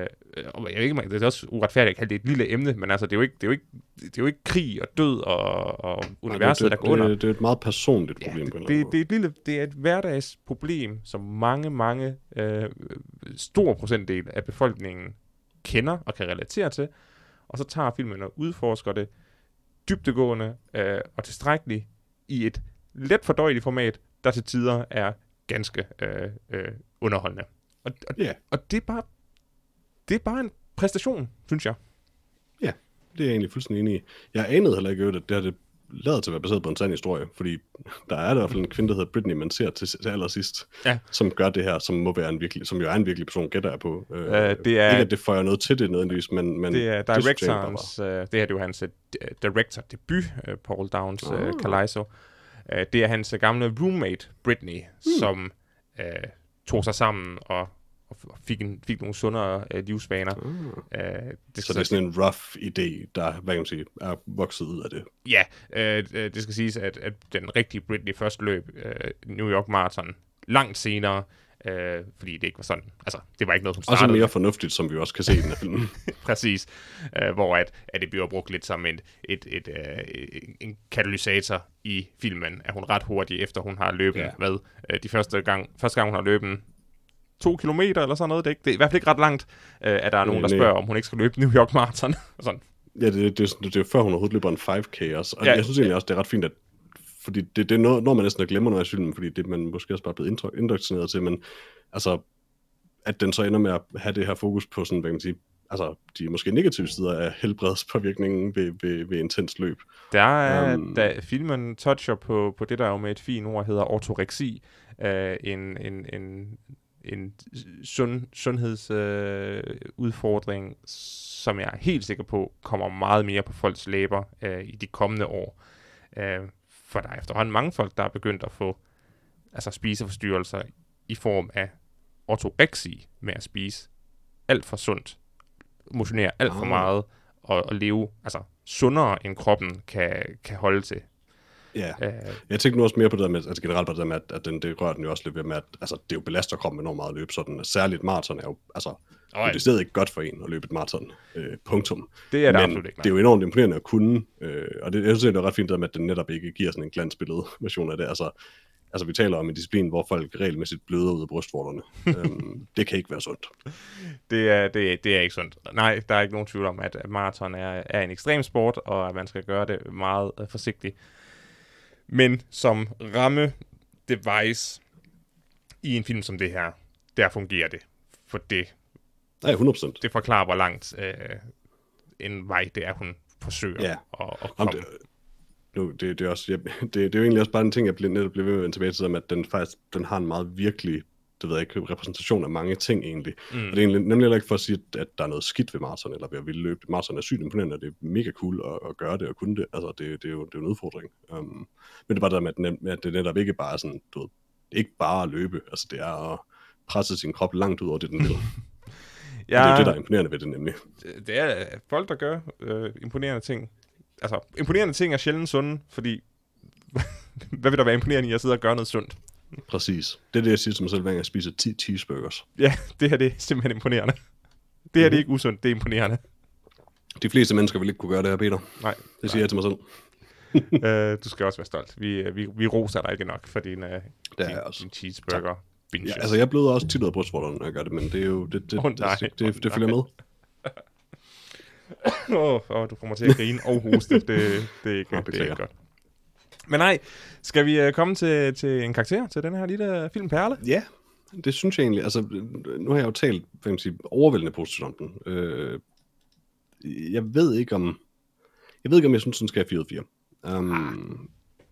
og jeg ved ikke, det er også uretfærdigt at kalde det et lille emne, men altså det er jo ikke, det er jo ikke, det er jo ikke krig og død og, og universet, Nej, det, der går under. Det, det er et meget personligt problem. Ja, det, det, det, er et lille, det er et hverdagsproblem, som mange, mange uh, stor procentdel af befolkningen kender og kan relatere til, og så tager filmen og udforsker det dybdegående øh, og tilstrækkeligt i et let fordøjeligt format, der til tider er ganske øh, øh, underholdende. Og, og, yeah. og det er bare det er bare en præstation, synes jeg. Ja, det er jeg egentlig fuldstændig enig i. Jeg anede heller ikke, at det her det lader til at være baseret på en sand historie, fordi der er der i hvert fald en kvinde, der hedder Britney, man ser til, til allersidst, ja. som gør det her, som må være en virkelig, som jo er en virkelig person, gætter jeg på. Øh, uh, det er, ikke at det får noget til det nødvendigvis, men, men det er directorens, uh, det her det er jo hans uh, director debut, uh, Paul Downs uh, oh. Kaleiso. Uh, det er hans uh, gamle roommate, Britney, hmm. som uh, tog sig sammen og og fik, en, fik nogle sundere øh, livsvaner. Mm. Øh, det så det er sådan en rough idé, der hvad kan man sige, er vokset ud af det? Ja, øh, det skal siges, at, at den rigtige Britney først løb øh, New York Marathon langt senere, øh, fordi det ikke var sådan, altså det var ikke noget, hun startede. Også mere fornuftigt, som vi også kan se i den her film. Præcis, øh, hvor at, at det bliver brugt lidt som et, et, et, øh, en katalysator i filmen, at hun ret hurtigt, efter hun har løbet ja. med øh, de første gang, første gang hun har løbet to kilometer eller sådan noget. Det er, ikke, det er i hvert fald ikke ret langt, øh, at der er nogen, der spørger, om hun ikke skal løbe New York Marathon. sådan. Ja, det, det, det, det er jo før, hun overhovedet løber en fem K også. Og ja, jeg synes egentlig også, det er ret fint, at fordi det, det er noget, når man næsten glemmer noget af filmen, fordi det er man måske også bare blevet indoktrineret til, men altså, at den så ender med at have det her fokus på sådan, hvad kan man sige, altså de måske negative sider af helbredspåvirkningen ved, ved, ved intens løb. Der er, um, da filmen toucher på, på det, der jo med et fint ord hedder ortoreksi, uh, en, en, en, en sund, sundhedsudfordring, uh, som jeg er helt sikker på, kommer meget mere på folks læber uh, i de kommende år. Uh, for der er efterhånden mange folk, der er begyndt at få altså spiseforstyrrelser i form af ortoreksi med at spise alt for sundt, motionere alt for meget og, og leve altså sundere end kroppen kan, kan holde til. Ja, uh, jeg tænker nu også mere på det der med, altså generelt på det der med, at, at den, det rører den jo også lidt ved med, at altså, det jo belaster kroppen enormt meget at løbe, sådan særligt maraton er jo, altså, oh, det er stadig ikke godt for en at løbe et maraton, øh, punktum. Det er det men absolut ikke. Nej. Det er jo enormt imponerende at kunne, øh, og det, jeg synes, det er ret fint, at den netop ikke giver sådan en glansbillede version af det, altså, Altså, vi taler om en disciplin, hvor folk regelmæssigt bløder ud af brystvorterne. øhm, det kan ikke være sundt. Det er, det, det er ikke sundt. Nej, der er ikke nogen tvivl om, at, at maraton er, er en ekstrem sport, og at man skal gøre det meget uh, forsigtigt. Men som ramme device i en film som det her, der fungerer det. For det, ja, hundrede procent. Det forklarer, hvor langt øh, en vej det er, hun forsøger ja. at, at komme. Det, nu, det, det, er også, jeg, det, det er jo egentlig også bare en ting, jeg bliver, netop bliver ved med at vende tilbage til, at den faktisk den har en meget virkelig, det ved jeg ikke, repræsentation af mange ting egentlig. Mm. Og det er egentlig nemlig heller ikke for at sige, at der er noget skidt ved maraton, eller ved at ville løbe. Maraton er sygt imponerende, og det er mega cool at, at gøre det og kunne det. Altså, det, det, er, jo, det er jo en udfordring. Um, men det er bare det med, at, at det netop ikke bare er sådan, du ved, ikke bare at løbe. Altså, det er at presse sin krop langt ud over det, den vil. Ja, det er jo det, der er imponerende ved det, nemlig. Det er folk, der gør øh, imponerende ting. Altså, imponerende ting er sjældent sunde, fordi hvad vil der være imponerende i at sidde og gøre noget sundt? Præcis. Det er det, jeg siger til mig selv, hver gang jeg spiser ti cheeseburgers. Ja, det her det er simpelthen imponerende. Det her mm-hmm. det er ikke usundt, det er imponerende. De fleste mennesker vil ikke kunne gøre det her, Peter. Nej. Det siger nej. Jeg til mig selv. uh, du skal også være stolt. Vi, vi, vi roser dig ikke nok for din, uh, din, din cheeseburger. Ja, altså, jeg bløder også tit ud af brystvorterne, når jeg gør det, men det er jo, det, det, oh, nej, det, det, det, det følger med. Åh, oh, oh, du får mig til at grine og hoste. Det, det, er ikke, det er ikke godt. Men nej, skal vi uh, komme til, til en karakter til den her lille filmperle? Ja, det synes jeg egentlig. Altså, nu har jeg jo talt, hvad man siger, overvældende positivt om den. Øh, jeg ved ikke om, jeg ved ikke om jeg synes, den skal have fire ud af fire. Um,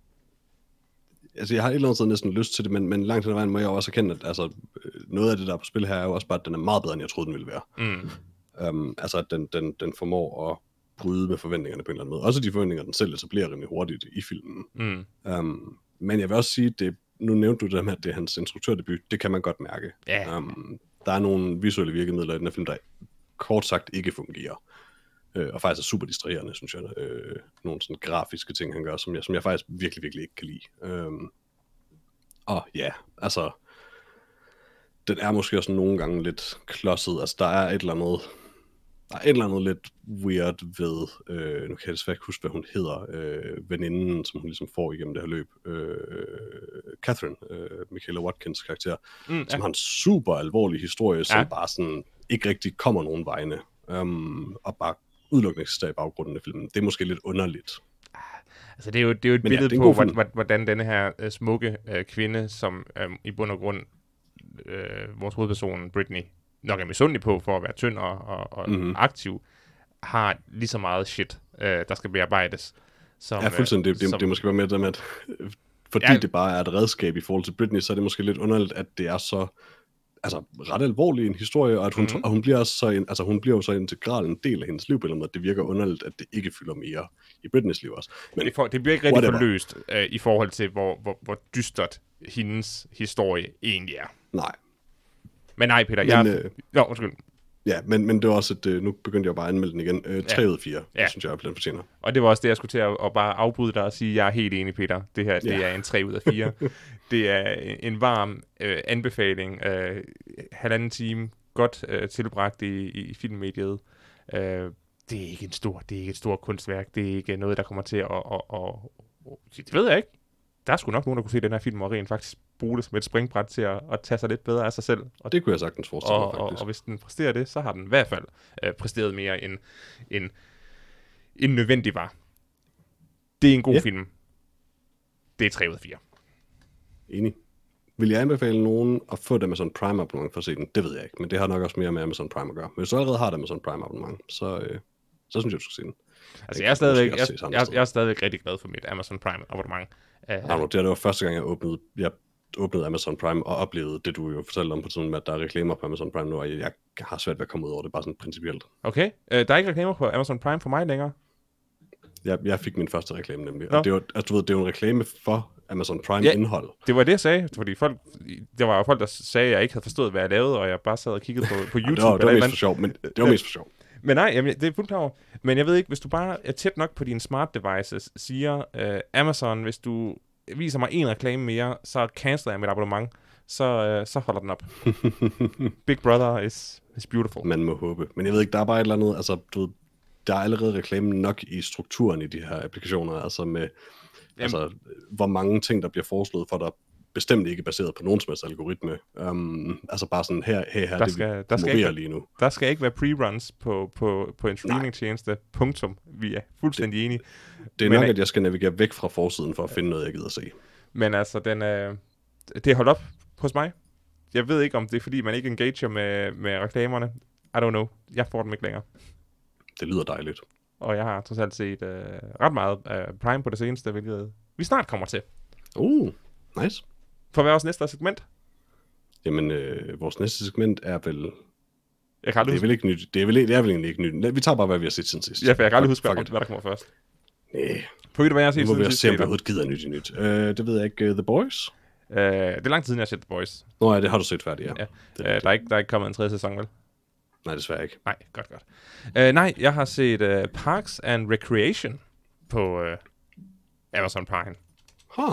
altså, jeg har et eller andet sted næsten lyst til det, men, men langt hen ad vejen må jeg også erkende, at altså, noget af det, der er på spil her, er jo også bare, at den er meget bedre, end jeg troede, den ville være. Mm. Um, altså, at den, den, den formår at bryde med forventningerne på en eller anden måde. Også de forventninger, den selv etablerer rimelig hurtigt i filmen. Mm. Um, men jeg vil også sige, det, nu nævnte du det med, at det er hans instruktørdebut, det kan man godt mærke. Yeah. Um, der er nogle visuelle virkemidler i den her film, der kort sagt ikke fungerer. Uh, og faktisk er super distraherende, synes jeg. Uh, nogle sådan grafiske ting, han gør, som jeg, som jeg faktisk virkelig, virkelig ikke kan lide. Um, og ja, altså, den er måske også nogle gange lidt klodset. Altså, der er et eller andet Der er et eller andet lidt weird ved, øh, nu kan jeg desværre ikke huske, hvad hun hedder, øh, veninden, som hun ligesom får igennem det her løb, øh, Catherine, øh, Michaela Watkins karakter, mm, ja. Som har en super alvorlig historie, som ja. bare sådan ikke rigtig kommer nogen vegne, um, og bare udelukkende eksisterer i baggrunden af filmen. Det er måske lidt underligt. Altså det er jo, det er jo et Men billede ja, på, hvordan, hvordan denne her uh, smukke uh, kvinde, som um, i bund og grund, uh, vores hovedperson, Britney, nok er misundelig på for at være tynd og, og, og mm-hmm. aktiv, har lige så meget shit, øh, der skal bearbejdes. Som, ja, fuldstændig. Det, det, som, det er måske bare med det med, at fordi ja, det bare er et redskab i forhold til Britney, så er det måske lidt underligt, at det er så altså, ret alvorlig en historie, og at hun, mm-hmm. og hun bliver også så en, altså, hun bliver jo så integral en del af hendes liv på en eller anden måde. Det virker underligt, at det ikke fylder mere i Britneys liv også. Men det, for, det bliver ikke rigtig whatever. forløst øh, i forhold til, hvor, hvor, hvor dystert hendes historie egentlig er. Nej. Men nej, Peter, jeg... Men, øh, jo, undskyld. Ja, men, men det var også, at øh, nu begyndte jeg bare at anmelde den igen. Øh, tre ud af fire, ja. Det synes jeg, at den fortjener. Og det var også det, jeg skulle til at, at bare afbryde dig og sige, at jeg er helt enig, Peter. Det her, det ja. er en tre ud af fire. Det er en varm øh, anbefaling. Øh, halvanden time, godt øh, tilbragt i, i filmmediet. Øh, det er ikke en stor, det er ikke et stort kunstværk. Det er ikke noget, der kommer til at... at, at, at det ved jeg ikke. Der er sgu nok nogen, der kunne se den her film og rent faktisk bruge det som et springbræt til at, at tage sig lidt bedre af sig selv. Og det kunne jeg sagtens forestille mig, og, faktisk. Og, og hvis den præsterer det, så har den i hvert fald øh, præsteret mere, end, end, end nødvendigt var. Det er en god ja. film. Det er tre ud af fire. Enig. Vil jeg anbefale nogen at få et Amazon Prime abonnement for at se den? Det ved jeg ikke, men det har nok også mere med Amazon Prime at gøre. Men hvis du allerede har et Amazon Prime abonnement, så, øh, så synes jeg, du skal se den. Altså, jeg er, stadigvæk, jeg, jeg, jeg er stadigvæk rigtig glad for mit Amazon Prime abonnement. Uh, ja, det, det var første gang, jeg åbnede, jeg åbnede Amazon Prime og oplevede det, du jo fortalte om på tiden med, at der er reklamer på Amazon Prime nu, og jeg har svært ved at komme ud over det, bare sådan principielt. Okay, uh, der er ikke reklamer på Amazon Prime for mig længere? Jeg, jeg fik min første reklame nemlig, Nå. og det var, altså, du ved, det er jo en reklame for Amazon Prime-indhold. Ja, det var det, jeg sagde, fordi folk, der var jo folk, der sagde, at jeg ikke havde forstået, hvad jeg lavede, og jeg bare sad og kiggede på, på YouTube. Ja, det var, det var mest for sjov, men det var mest for sjov. Men nej, jamen, det er fuldt klar over. Men jeg ved ikke, hvis du bare er tæt nok på dine smart devices, siger uh, Amazon, hvis du viser mig en reklame mere, så canceler jeg mit abonnement, så, uh, så holder den op. Big Brother is, is beautiful. Man må håbe. Men jeg ved ikke, der er bare et eller andet, altså, du ved, der er allerede reklame nok i strukturen i de her applikationer, altså med, Jamen. altså, hvor mange ting, der bliver foreslået for dig, bestemt ikke baseret på nogen som helst algoritme. Um, altså bare sådan, her, her, her der det skal, vi der skal ikke, lige nu. Der skal ikke være pre-runs på, på, på en streamingtjeneste, punktum. Vi er fuldstændig det, enige. Det er men, nok, at jeg skal navigere væk fra forsiden for at finde noget, jeg gider se. Men altså, den, øh, det er holdt op hos mig. Jeg ved ikke, om det er, fordi man ikke engager med, med reklamerne. I don't know. Jeg får dem ikke længere. Det lyder dejligt. Og jeg har trods alt set øh, ret meget af Prime på det seneste, hvilket vi snart kommer til. Uh, nice. For hvad er vores næste segment? Jamen, øh, vores næste segment er vel... Jeg kan det er vel ikke nyt. Det er vel, det er vel egentlig ikke nyt. Vi tager bare, hvad vi har set siden sidst. Ja, for jeg kan aldrig huske, hvad, hvad der kommer først. Næh. På hvad jeg har set siden sidst. Nu må vi sidst, se, om vi overhovedet gider nyt i nyt. Uh, det ved jeg ikke. Uh, The Boys? Uh, det er lang tid siden, jeg har set The Boys. Nå ja, det har du set færdigt, ja. ja. Uh, der, er ikke, der er ikke kommet en tredje sæson, vel? Nej, desværre ikke. Nej, godt, godt. Uh, nej, jeg har set uh, Parks and Recreation på uh, Amazon Prime. Huh.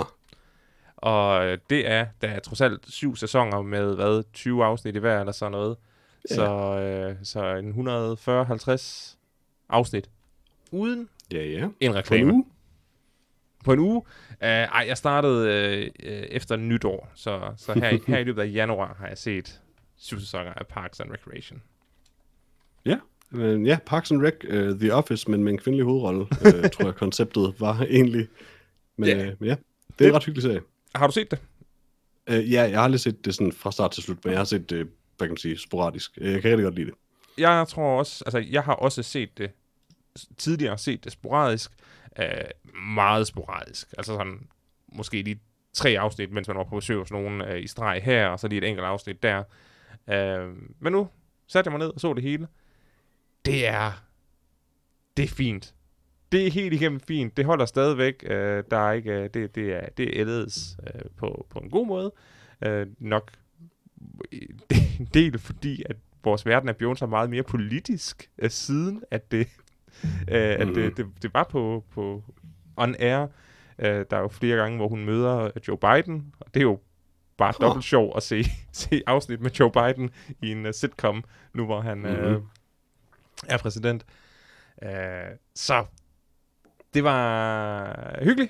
Og det er, der er trods alt syv sæsoner med, hvad, tyve afsnit i hver, eller sådan noget. Yeah. Så, øh, så en et hundrede og fyrre til halvtreds afsnit. Uden ja, ja. en reklame. På en uge? På en uge? Uh, ej, jeg startede øh, efter nytår, så, så her, i, her i løbet af januar har jeg set syv sæsoner af Parks and Recreation. Ja, uh, ja, Parks and Rec, uh, The Office, men med en kvindelig hovedrolle, uh, tror jeg konceptet var egentlig. Men, yeah. uh, men ja, det er en ret hyggelig serie. Har du set det? Uh, ja, jeg har aldrig set det sådan fra start til slut, men jeg har set det, hvad kan man sige, sporadisk. Jeg kan rigtig godt lide det. Jeg tror også, altså jeg har også set det, tidligere set det sporadisk, uh, meget sporadisk. Altså sådan, måske lige tre afsnit, mens man var på besøg hos nogen uh, i streg her, og så lige et enkelt afsnit der. Uh, men nu satte jeg mig ned og så det hele. Det er, det er fint. Det er helt igennem fint. Det holder stadigvæk. Øh, der er ikke, øh, det, det er det ældes øh, på, på en god måde. Øh, nok en del fordi, at vores verden er blevet så meget mere politisk øh, siden, at det, øh, at det, det, det var på, på on air. Øh, der er jo flere gange, hvor hun møder Joe Biden, og det er jo bare huh. dobbelt sjov at se, se afsnit med Joe Biden i en uh, sitcom, nu hvor han mm-hmm. øh, er præsident. Øh, så det var hyggeligt.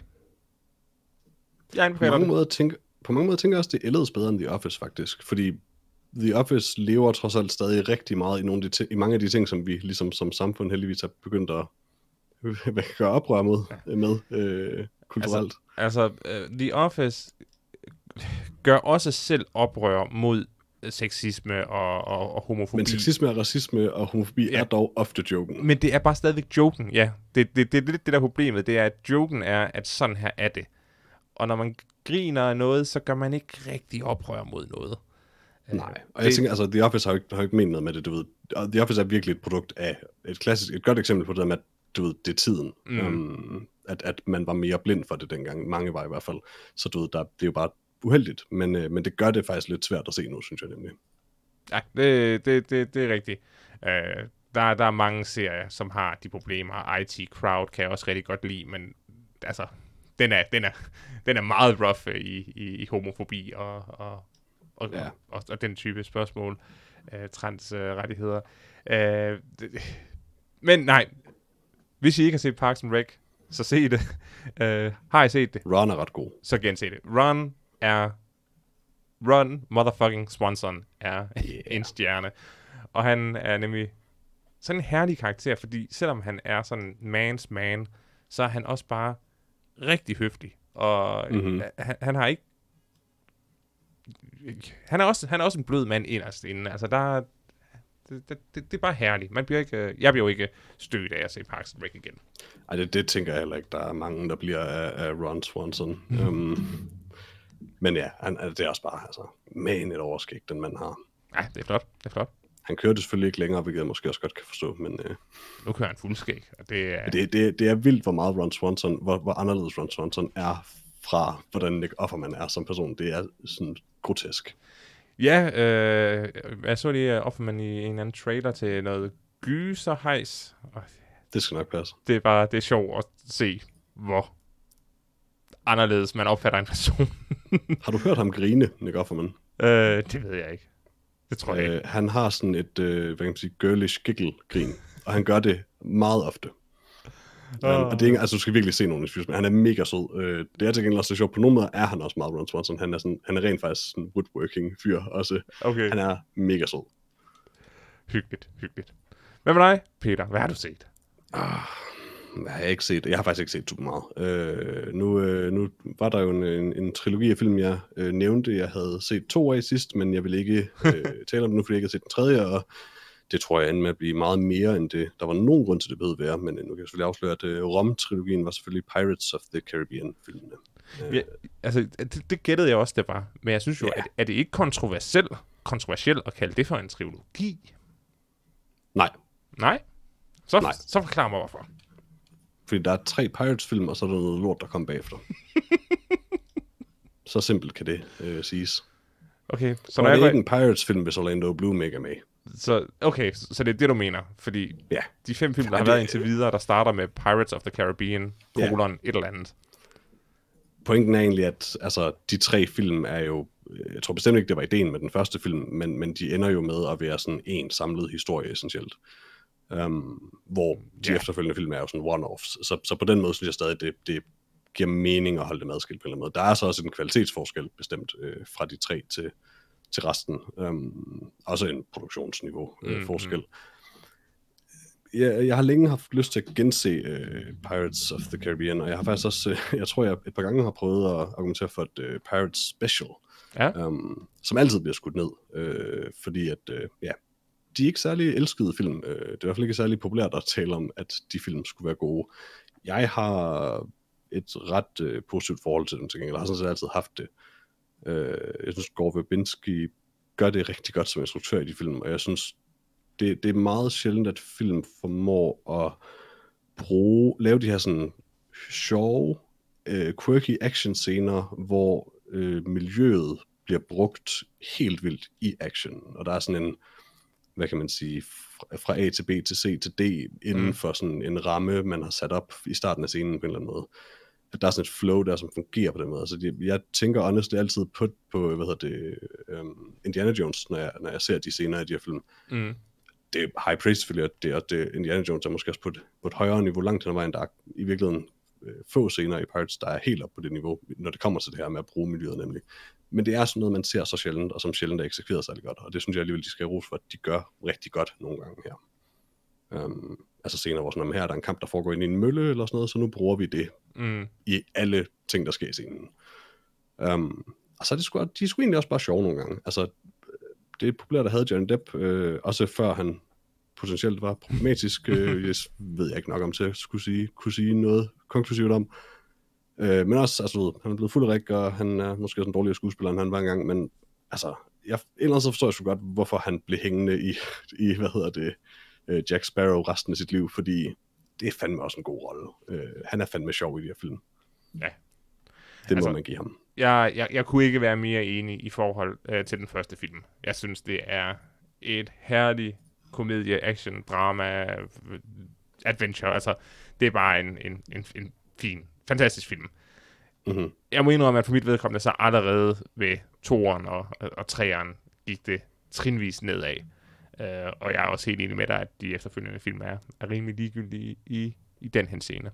Jeg på, mange måder tænker, på mange måder tænker jeg også, det ældes bedre end The Office, faktisk. Fordi The Office lever trods alt stadig rigtig meget i, nogle af de t- i mange af de ting, som vi ligesom som samfund heldigvis har begyndt at gøre oprør mod, ja. med øh, kulturelt. Altså, altså uh, The Office gør også selv oprør mod sexisme og, og, og homofobi. Men sexisme og racisme og homofobi ja. er dog ofte joken. Men det er bare stadigvæk joken, ja. Det, det, det er lidt det der problemet, det er, at joken er, at sådan her er det. Og når man griner af noget, så gør man ikke rigtig oprør mod noget. Nej, og det, jeg tænker, altså The Office har jo ikke, har jo ikke ment noget med det, du ved. The Office er virkelig et produkt af et klassisk, et godt eksempel på det med, at du ved, det er tiden. Mm. Um, at, at man var mere blind for det dengang. Mange var i hvert fald. Så du ved, der, det er jo bare uheldigt, men, øh, men det gør det faktisk lidt svært at se nu, synes jeg nemlig. Ja, det, det, det, det er rigtigt. Uh, der, der er mange serier, som har de problemer. I T Crowd kan jeg også rigtig godt lide, men altså, den er, den er, den er meget rough i, i, i homofobi og, og, og, ja. og, og, og den type spørgsmål. Uh, transrettigheder. Uh, uh, men nej, hvis I ikke har set Parks and Rec, så se det. Uh, har I set det? Ron er ret god. Så gense det. Ron er Ron motherfucking Swanson er yeah. en stjerne. Og han er nemlig sådan en herlig karakter, fordi selvom han er sådan man's man, så er han også bare rigtig høflig. Og mm-hmm. han, han har ikke han, er også, han er også en blød mand inderst inde. Altså, der det, det, det, det er bare herligt. Man bliver ikke, jeg bliver jo ikke stødt af at se Parks and Rec igen. Ej, det, det tænker jeg heller ikke. Der er mange, der bliver af, af Ron Swanson. um, men ja, han, det er også bare, altså, man et overskæg, den mand har. Ja, det er flot. Det er flot. Han kører det selvfølgelig ikke længere, hvilket jeg måske også godt kan forstå, men... Øh, nu kører han fuldskæg, og det er... Det, det, det er vildt, hvor meget Ron Swanson, hvor, hvor anderledes Ron Swanson er fra, hvordan Nick Offerman er som person. Det er sådan grotesk. Ja, øh, jeg så lige Offerman i en anden trailer til noget gyserhejs. Det skal nok passe. Det er bare, det er sjovt at se, hvor anderledes man opfatter en person. Har du hørt ham grine, Nick Offerman? Øh, det ved jeg ikke. Det tror jeg øh, ikke. Han har sådan et, øh, hvad kan man sige, girlish giggle-grin, og han gør det meget ofte. Han, oh. Og det er ikke, altså du skal virkelig se nogle interviews, men han er mega sød. Øh, det er til gengæld også sjovt. På nogle måder er han også meget Ron Swanson. Han er, sådan, han er rent faktisk sådan en woodworking fyr også. Okay. Han er mega sød. Hyggeligt, hyggeligt. Hvad med dig, Peter? Hvad har du set? Ah, hvad har jeg ikke set? Jeg har faktisk ikke set super meget. Øh, nu, øh, nu var der jo en, en, en trilogi af film, jeg øh, nævnte. Jeg havde set to af sidst, men jeg vil ikke øh, tale om det nu, fordi jeg ikke har set den tredje, og det tror jeg endte med at blive meget mere end det. Der var nogen grund til, det behøvede være, men nu kan jeg selvfølgelig afsløre, at uh, Rom-trilogien var selvfølgelig Pirates of the Caribbean-filmene. Ja, altså, det, det gættede jeg også, det var. Men jeg synes jo, ja. at, er det ikke kontroversielt, kontroversielt at kalde det for en trilogi? Nej. Nej? Så, Nej. så forklar mig, hvorfor. Fordi der er tre Pirates-film, og så er der noget lort, der kommer bagefter. Så simpelt kan det øh, siges. Okay. Så så når er det jeg ikke en Pirates-film, hvis Orlando Bloom ikke er med. Så, okay, så det er det, du mener. Fordi ja. de fem film, der ja, har det, været indtil videre, der starter med Pirates of the Caribbean, kolon, ja. et eller andet. Pointen er egentlig, at altså, de tre film er jo, jeg tror bestemt ikke, det var ideen med den første film, men, men de ender jo med at være sådan en samlet historie essentielt. Um, hvor de ja. efterfølgende film er jo sådan one-offs. Så, så på den måde synes jeg stadig, det, det giver mening at holde det madskilt på en eller anden måde. Der er så også en kvalitetsforskel bestemt øh, fra de tre til, til resten. Um, også en produktionsniveau øh, mm, forskel. Mm. Jeg, jeg har længe haft lyst til at gense øh, Pirates of the Caribbean, og jeg har faktisk også, øh, jeg tror jeg et par gange har prøvet at argumentere for et øh, Pirates Special, ja. um, som altid bliver skudt ned, øh, fordi at, øh, ja, de er ikke særlig elskede film. Øh, det er i hvert fald ikke særlig populært at tale om, at de film skulle være gode. Jeg har et ret øh, positivt forhold til dem til gengæld. Jeg har sådan set altid haft det. Øh, jeg synes, Gore Verbinski gør det rigtig godt som instruktør i de film, og jeg synes, det, det er meget sjældent, at film formår at bruge, lave de her sådan sjove, øh, quirky action-scener, hvor øh, miljøet bliver brugt helt vildt i action. Og der er sådan en, hvad kan man sige, fra A til B til C til D, inden mm. for sådan en ramme, man har sat op i starten af scenen på en eller anden måde. At der er sådan et flow der, som fungerer på den måde. Altså, jeg tænker honestly altid på, på hvad hedder det, um, Indiana Jones, når jeg, når jeg ser de scener i de her film. Mm. Det er high praise selvfølgelig, at det, at det, Indiana Jones er måske også på et, på et højere niveau langt hen ad vejen. Der er i virkeligheden øh, få scener i Pirates, der er helt op på det niveau, når det kommer til det her med at bruge miljøet nemlig. Men det er sådan noget, man ser så sjældent, og som sjældent er eksekveret særlig godt. Og det synes jeg alligevel, de skal have ros for, at de gør rigtig godt nogle gange her. Um, altså scener, hvor sådan, her er der en kamp, der foregår ind i en mølle eller sådan noget, så nu bruger vi det mm. i alle ting, der sker i scenen. Um, og så er det sgu, de er sgu egentlig også bare sjove nogle gange. Altså, det er populært at have Johnny Depp, øh, også før han potentielt var problematisk. øh, jeg ved jeg ikke nok om til at skulle sige, kunne sige noget konklusivt om. Øh, men også, altså, han er blevet fuld af rig, og han er måske også en dårligere skuespiller, end han var engang, men altså, jeg, et eller andet så forstår jeg sgu godt, hvorfor han blev hængende i, i hvad hedder det, øh, Jack Sparrow resten af sit liv, fordi det er fandme også en god rolle. Øh, han er fandme sjov i de her film. Ja. Det må altså, man give ham. Jeg, jeg, jeg kunne ikke være mere enig i forhold øh, til den første film. Jeg synes, det er et herligt komedie, action, drama, adventure. Altså, det er bare en, en, en, en fin, fantastisk film. Mm-hmm. Jeg må indrømme, at for mit vedkommende, så allerede ved toeren og, og, og treeren gik det trinvis nedad. Uh, og jeg er også helt enig med dig, at de efterfølgende film er, er rimelig ligegyldige i, i den henseende.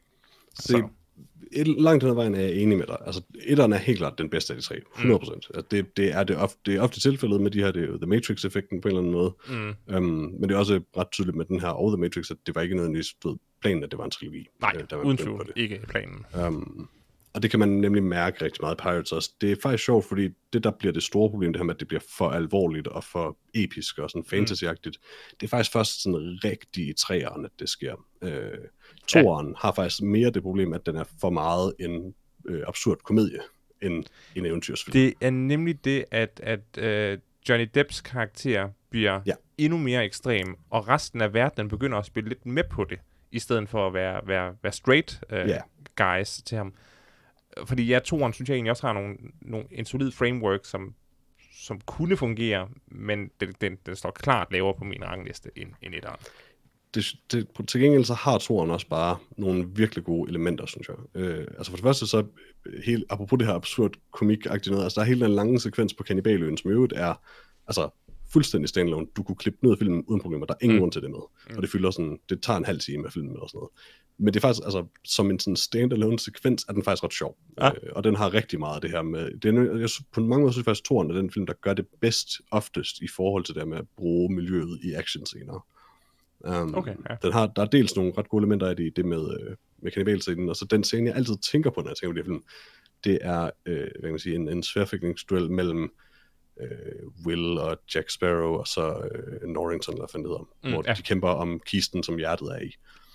Se, et, langt hen ad vejen er jeg enig med dig. Altså, etteren er helt klart den bedste af de tre. hundrede procent. Mm. Altså, det, det, er det, ofte, det er ofte tilfældet med de her, det er jo The Matrix-effekten på en eller anden måde. Mm. Um, men det er også ret tydeligt med den her og The Matrix, at det var ikke nødvendigvis planen, at det var en trilogi. Nej, øh, uden tvivl. Ikke planen. Um, og det kan man nemlig mærke rigtig meget i Pirates også. Det er faktisk sjovt, fordi det, der bliver det store problem, det her med, at det bliver for alvorligt og for episk og sådan fantasyagtigt, mm. det er faktisk først sådan rigtig i træerne, at det sker. Øh, toeren ja. har faktisk mere det problem, at den er for meget en øh, absurd komedie end en eventyrsfilm. Det er nemlig det, at, at øh, Johnny Depps karakter bliver ja. endnu mere ekstrem, og resten af verdenen begynder at spille lidt med på det, i stedet for at være, være, være straight øh, yeah. guys til ham. Fordi ja, toeren synes jeg egentlig også har nogle, nogle, en solid framework, som, som kunne fungere, men den, den, den står klart lavere på min rangliste end, end etteren. Det, det, til gengæld så har toeren også bare nogle virkelig gode elementer, synes jeg. Øh, altså for det første så, helt, apropos det her absurd komik-agtigt noget, altså der er hele den lange sekvens på Kannibaløen, som i øvrigt er altså, fuldstændig standalone. Du kunne klippe ned af filmen uden problemer, der er ingen mm. grund til det med. Mm. Og det fylder sådan, det tager en halv time af filmen med og sådan noget. Men det er faktisk, altså, som en sådan standalone sekvens, er den faktisk ret sjov. Ja. Øh, og den har rigtig meget af det her med, det er, jeg, på mange måder synes jeg faktisk, toeren er den film, der gør det bedst oftest i forhold til det med at bruge miljøet i actionscener. Um, okay, ja. den har, der er dels nogle ret gode elementer af det i det med, øh, med kannibalscenen, og så den scene, jeg altid tænker på, når jeg tænker på det her film, det er øh, hvad kan man sige, en, en sværfægtningsduel mellem øh, Will og Jack Sparrow, og så øh, Norrington, eller hvad fanden det hedder, mm, hvor ja. de kæmper om kisten, som hjertet er i.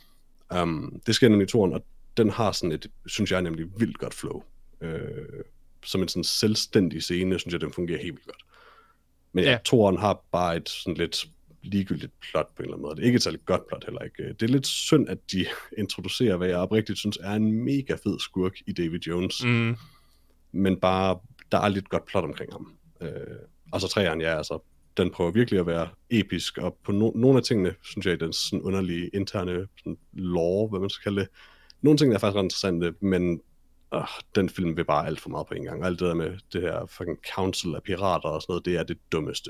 Um, det sker nemlig i toren, og den har sådan et, synes jeg nemlig, vildt godt flow. Øh, som en sådan selvstændig scene, synes jeg, den fungerer helt vildt godt. Men ja, ja toren har bare et sådan lidt ligegyldigt plot på en eller anden måde. Det er ikke et særligt godt plot heller ikke. Det er lidt synd, at de introducerer, hvad jeg oprigtigt synes er en mega fed skurk i Davy Jones. Mm. Men bare, der er lidt godt plot omkring ham. Øh, og så træeren, ja, altså, den prøver virkelig at være episk, og på no- nogle af tingene, synes jeg, i den sådan underlige interne sådan lore, hvad man skal kalde det, nogle ting er faktisk ret interessante, men øh, den film vil bare alt for meget på en gang. Alt det der med det her fucking council af pirater og sådan noget, det er det dummeste.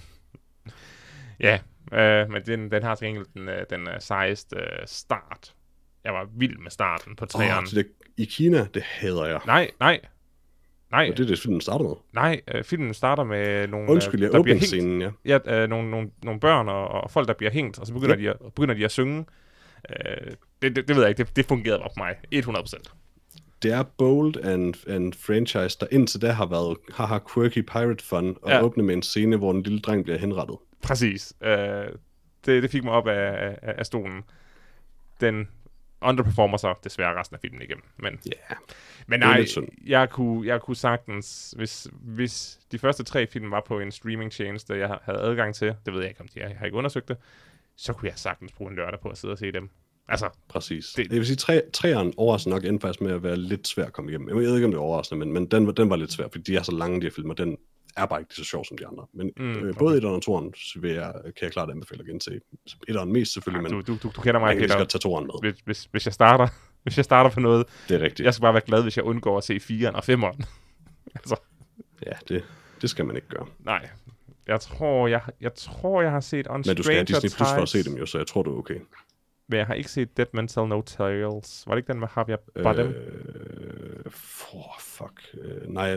Ja, øh, men den, den har til gengæld den, den uh, sejeste uh, start. Jeg var vild med starten på træerne. Oh, i Kina, det hader jeg. Nej, nej. Nej. Og det er det, filmen starter med. Nej, øh, filmen starter med nogle, Undskyld, jeg der bliver hængt. Ja, ja øh, nogle, nogle, nogle børn og, og folk, der bliver hængt, og så begynder, ja. de, at, begynder de at synge. Øh, det, det, det ved jeg ikke, det, det fungerede bare for mig, hundrede procent. Det er bold and, and franchise, der indtil da har været, haha, quirky pirate fun, og ja. åbne med en scene, hvor en lille dreng bliver henrettet. Præcis. Øh, det, det fik mig op af, af, af stolen. Den underperformer så desværre resten af filmen igennem. Men, yeah. men nej, jeg kunne, jeg kunne sagtens, hvis, hvis de første tre film var på en streamingtjeneste, jeg havde adgang til, det ved jeg ikke om de er, jeg har ikke undersøgt det, så kunne jeg sagtens bruge en lørdag på at sidde og se dem. Altså, præcis. Det, jeg vil sige, tre, træeren overraskende nok endte faktisk med at være lidt svær at komme igennem. Jeg ved ikke, om det er overraskende, men, men den, den var lidt svær, fordi de er så lange, de her film, og den er bare ikke så sjov som de andre. Men mm, øh, både etteren og toeren vil jeg, kan jeg klart anbefale at gense. Etteren mest selvfølgelig, ja, men du, du, du kender mig, jeg kan lige godt tage toeren med. Hvis, hvis, hvis, jeg starter, hvis jeg starter på noget, det er rigtigt. Jeg skal bare være glad, hvis jeg undgår at se fireren og femeren. altså. Ja, det, det skal man ikke gøre. Nej. Jeg tror, jeg, jeg tror, jeg har set On Men du skal have Disney Plus for at se dem jo, så jeg tror, du er okay. Men jeg har ikke set Dead Men Tell No Tales. Var det ikke den med Javier Bardem? Øh, for fuck. Øh, nej.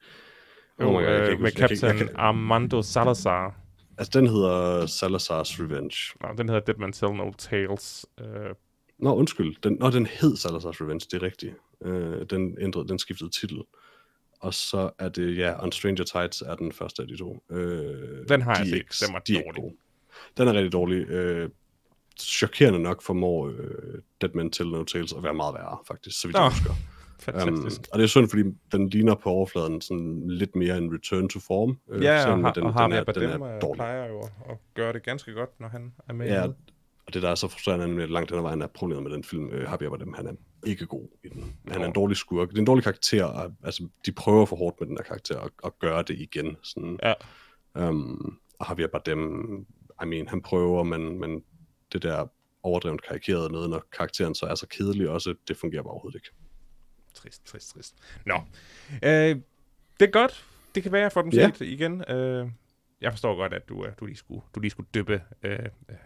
Oh my God, øh, med Captain Armando Salazar. Altså, den hedder Salazar's Revenge. Nå, den hedder Dead Man Tell No Tales. Uh... Nå, undskyld. Den, nå, den hed Salazar's Revenge, det er rigtigt. Uh, den ændrede, den skiftede titel. Og så er det, ja, On Stranger Tides er den første af de to. Uh, den har jeg set, den var dårlig. Den er rigtig dårlig. Uh, chokerende nok formår uh, Dead Man Tell No Tales at være meget værre, faktisk, så vidt jeg husker. Fantastisk. Um, og det er synd, fordi den ligner på overfladen sådan lidt mere en return to form. Øh, ja, og, den, og Javier Bardem plejer jo at gøre det ganske godt, når han er med. Ja, og det der er så frustrerende, nemlig langt hen ad vejen er problemet med den film. Øh, Javier Bardem, han er ikke god i den. Han er en dårlig skurk. Det er en dårlig karakter, og altså, de prøver for hårdt med den der karakter og, og gøre det igen. Sådan. Ja. Um, og Javier Bardem, I mean, han prøver, men, men det der overdrevet karikerede noget, når karakteren så er så kedelig også, det fungerer bare overhovedet ikke. Trist, trist, trist. Nå. Øh, det er godt. Det kan være, at jeg får dem set yeah. igen. Øh, jeg forstår godt, at du, du, lige, skulle, du lige skulle dyppe øh,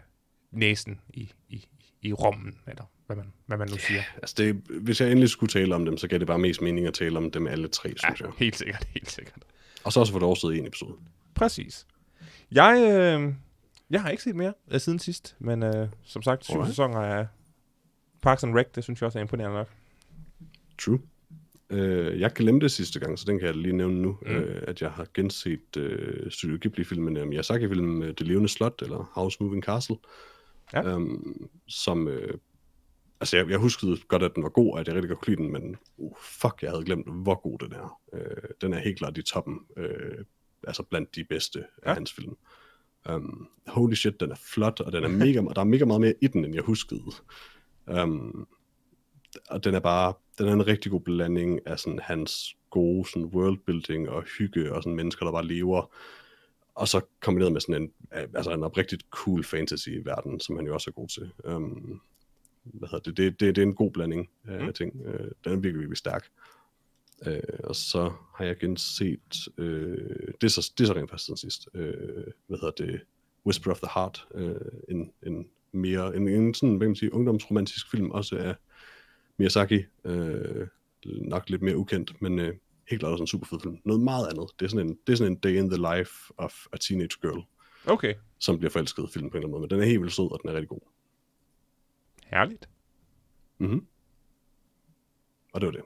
næsen i, i, i rommen, eller hvad man, hvad man nu siger. Yeah, altså det, hvis jeg endelig skulle tale om dem, så gav det bare mest mening at tale om dem alle tre, ja, synes jeg. helt sikkert, helt sikkert. Og så også for det årside i en episode. Præcis. Jeg, øh, jeg har ikke set mere øh, siden sidst, men øh, som sagt, syv sæsoner af Parks and Rec, det synes jeg også er imponerende nok. True. Øh, jeg glemte sidste gang, så den kan jeg lige nævne nu, Mm. øh, at jeg har genset øh, Studio Ghibli-filmen øh, Miyazaki-filmen øh, Det Levende Slot, eller House Moving Castle, Ja. øhm, som... Øh, altså, jeg, jeg huskede godt, at den var god, og at jeg rigtig godt kunne lide den, men uh, fuck, jeg havde glemt, hvor god den er. Øh, den er helt klart i toppen, øh, altså blandt de bedste ja. af hans film. Um, holy shit, den er flot, og den er mega, der er mega meget mere i den, end jeg huskede. Um, og den er bare, den er en rigtig god blanding af sådan hans gode sådan worldbuilding og hygge og sådan mennesker, der bare lever, og så kombineret med sådan en, altså en oprigtigt cool fantasy-verden, som han jo også er god til. Um, hvad hedder det? Det, det, det er en god blanding af mm. ting. Uh, den er virkelig, virkelig stærk. Uh, og så har jeg genset, uh, det, er så, det er så rent faktisk siden sidst, uh, hvad hedder det? Whisper of the Heart, uh, en, en mere, en, en sådan, hvad kan man sige, ungdomsromantisk film, også af Miyazaki, uh, nok lidt mere ukendt, men uh, helt klart også en super fed film. Noget meget andet. Det er sådan en, det er sådan en day in the life of a teenage girl. Okay. Som bliver forelsket i film på en eller anden måde, men den er helt vildt sød, og den er rigtig god. Herligt. Mhm. Og det var det.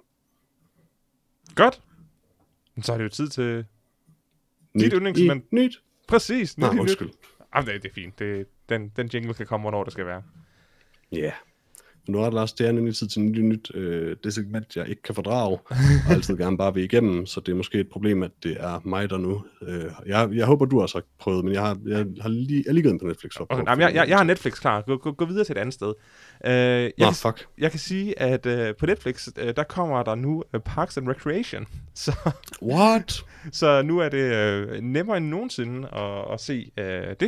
Godt. Så er det jo tid til Nyt dit yndlingsmand. Nyt. Præcis. Nyt Nå, i undskyld. nyt. Jamen, det, det er fint. Det, den, den jingle kan komme, hvornår det skal være. Ja. Yeah. Nu er det også, det er nemlig tid til nyt i nyt. Øh, det segment, jeg ikke kan fordrage, og altid gerne bare vil igennem, så det er måske et problem, at det er mig, der nu... Øh, jeg, jeg håber, du også har prøvet, men jeg har, jeg har lige, jeg lige gået på Netflix. For okay, nej, jeg, jeg, jeg har Netflix klar. Gå, gå, gå videre til et andet sted. Uh, jeg, Nå, kan, fuck. jeg kan sige, at uh, på Netflix, uh, der kommer der nu uh, Parks and Recreation. Så, What? så nu er det uh, nemmere end nogensinde at, at se uh, det.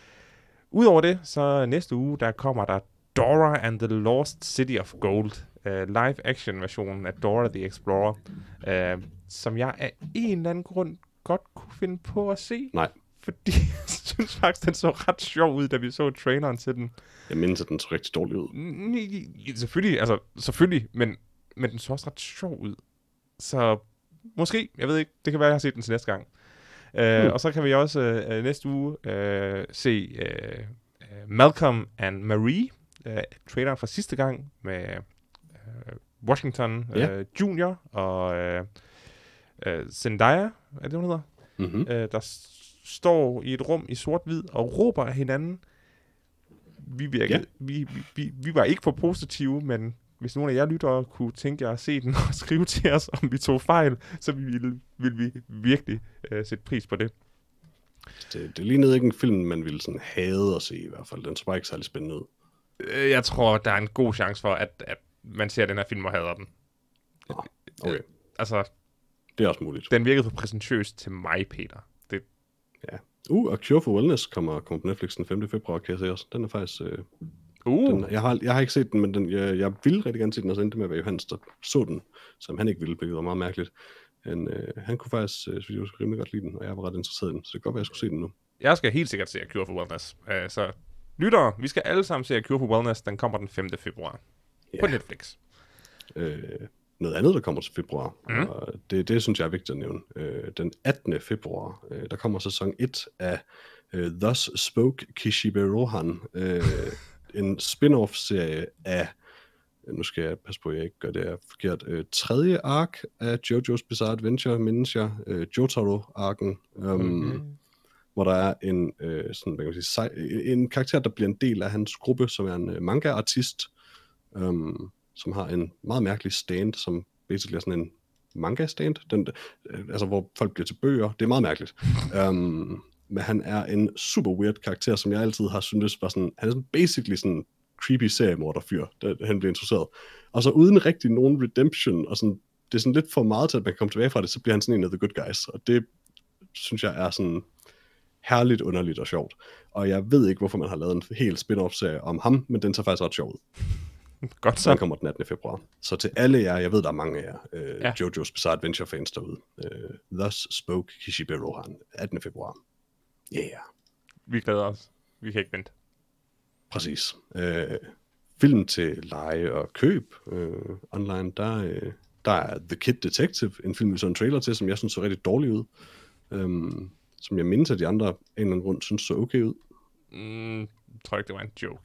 Udover det, så næste uge, der kommer der Dora and the Lost City of Gold, uh, live-action versionen af Dora the Explorer, uh, som jeg af en eller anden grund godt kunne finde på at se. Nej. Fordi jeg synes faktisk, den så ret sjov ud, da vi så traileren til den. Jeg mindes, at den så rigtig dårlig ud. N- selvfølgelig, altså selvfølgelig, men, men den så også ret sjov ud. Så måske, jeg ved ikke, det kan være, jeg har set den til næste gang. Uh, mm. Og så kan vi også uh, næste uge uh, se uh, uh, Malcolm and Marie, uh, traileren fra sidste gang med uh, Washington uh, yeah. Junior og uh, uh, Zendaya, er det, hun hedder? Mm-hmm. Uh, der s- står i et rum i sort-hvid og råber af hinanden. Vi, virkede, yeah. vi, vi, vi, vi var ikke for positive, men hvis nogen af jer lyttere kunne tænke jer at se den og skrive til os, om vi tog fejl, så ville, ville vi virkelig uh, sætte pris på det. det. Det lignede ikke en film, man ville sådan hade at se i hvert fald. Den så bare ikke særlig spændende ud. Jeg tror, der er en god chance for, at, at man ser den her film og hader den. Ah, okay. Øh, altså, det er også muligt. Den virkede for præsentøs til mig, Peter. Det... Ja. Uh, og Cure for Wellness kommer, kommer på Netflix den femte februar, kan jeg se også. Den er faktisk... Øh, uh. den, jeg, har, jeg har ikke set den, men den, jeg, jeg ville rigtig gerne se den, og så endte med at være Johannes, der så den, som han ikke ville, hvilket var meget mærkeligt. Men øh, han kunne faktisk, øh, synes jeg, rimelig godt lide den, og jeg var ret interesseret i den, så det kan godt være, jeg skulle se den nu. Jeg skal helt sikkert se Cure for Wellness. Uh, så lyttere, vi skal alle sammen se Cure for Wellness. Den kommer den femte februar yeah. på Netflix. Øh, noget andet, der kommer til februar, mm. og det, det synes jeg er vigtigt at nævne. Øh, den attende februar, øh, der kommer sæson et af øh, Thus Spoke Kishibe Rohan, øh, en spin-off-serie af, nu skal jeg passe på, at jeg ikke gør det her forkert, øh, tredje ark af JoJo's Bizarre Adventure, mindes jeg, øh, Jotaro-arken, um, okay. hvor der er en, øh, sådan, hvad kan man sige, en karakter, der bliver en del af hans gruppe, som er en øh, manga-artist, um, som har en meget mærkelig stand, som basically er sådan en manga-stand, den, øh, altså hvor folk bliver til bøger. Det er meget mærkeligt. um, men han er en super weird karakter, som jeg altid har syntes var sådan, han er sådan basically sådan creepy seriemorderfyr, da han blev introduceret. Og så uden rigtig nogen redemption, og sådan, det er sådan lidt for meget til, at man kan komme tilbage fra det, så bliver han sådan en af the good guys. Og det synes jeg er sådan herligt, underligt og sjovt. Og jeg ved ikke, hvorfor man har lavet en helt spin-off-serie om ham, men den ser faktisk ret sjov ud. Godt så. Den kommer den attende februar. Så til alle jer, jeg ved, der er mange af jer, øh, ja. JoJo's Bizarre Adventure fans derude. Øh, Thus Spoke Kishibe Rohan, attende februar. Yeah. Vi glæder os. Vi kan ikke vente. Præcis. Øh, film til leje og køb øh, online, der, øh, der er The Kid Detective, en film, vi så en trailer til, som jeg synes så rigtig dårlig ud. Um, som jeg mindes, at de andre af en eller anden grund synes så okay ud. Mm, jeg tror ikke, det var en joke.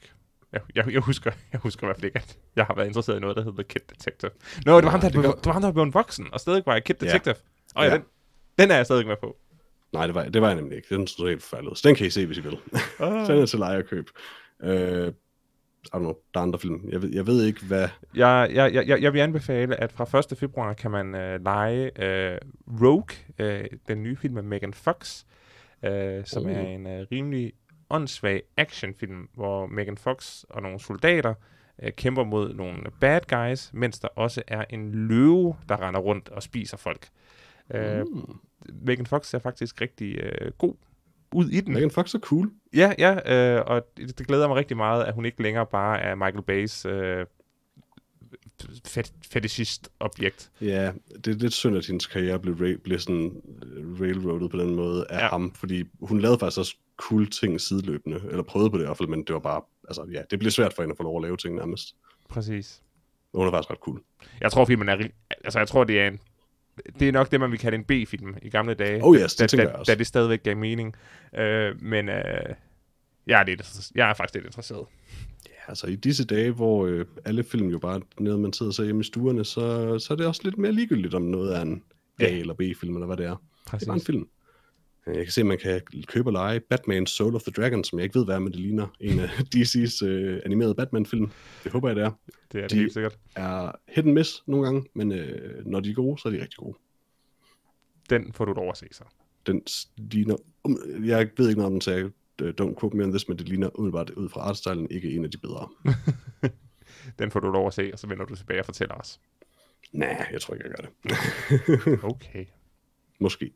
Jeg, jeg, jeg, husker, jeg husker i hvert fald ikke, at jeg har været interesseret i noget, der hedder Kid Detective. Nå, det var ham, der, det, det var ham, der var blevet voksen, og stadig var jeg Kid Detective. Og ja, ja. Den, den er jeg stadig med på. Nej, det var, det var jeg nemlig ikke. Den så helt forfærdet ud. Så den kan I se, hvis I vil. Ah. Den er til leje og køb. Uh, I don't know, der er andre film. Jeg ved, jeg ved ikke, hvad... Jeg, jeg, jeg, jeg vil anbefale, at fra første februar kan man uh, lege uh, Rogue, uh, den nye film med Megan Fox, uh, som oh. er en uh, rimelig åndssvag actionfilm, hvor Megan Fox og nogle soldater uh, kæmper mod nogle bad guys, mens der også er en løve, der render rundt og spiser folk. Uh, mm. Megan Fox er faktisk rigtig uh, god ud i den. Megan Fox er cool. Ja, ja, øh, og det, det glæder mig rigtig meget, at hun ikke længere bare er Michael Bay's øh, fet, fetishist-objekt. Ja, det er lidt synd, at hendes karriere blev, ra- blev sådan railroadet på den måde af ja. ham, fordi hun lavede faktisk også cool ting sideløbende, eller prøvede på det i hvert fald, men det var bare, altså ja, det blev svært for hende at få lov at lave ting nærmest. Præcis. Og hun er faktisk ret cool. Jeg tror, filmen er, altså jeg tror, det er en Det er nok det, man vil kalde en B-film i gamle dage. Oh yes, da, det tænker da, jeg også. Da det stadigvæk gav mening. Uh, men uh, jeg, er lidt, jeg er faktisk lidt interesseret. Ja, altså i disse dage, hvor øh, alle film jo bare nede, man sidder så hjemme i stuerne, så, så er det også lidt mere ligegyldigt, om noget er en A- ja. eller B-film, eller hvad det er. Præcis. Det er bare en film. Jeg kan se, at man kan købe og lege Batman Soul of the Dragon, som jeg ikke ved, hvad er, men det ligner en af D C's øh, animerede Batman-film. Det håber jeg, det er. Det er det de helt sikkert. er hit and miss nogle gange, men øh, når de er gode, så er de rigtig gode. Den får du lov at se så. Den ligner... Jeg ved ikke noget om den sagde, don't quote me on this, men det ligner umiddelbart ud fra artstylen ikke en af de bedre. Den får du lov at se, og så vender du tilbage og fortæller os. Nej, jeg tror ikke, jeg gør det. Okay. Måske.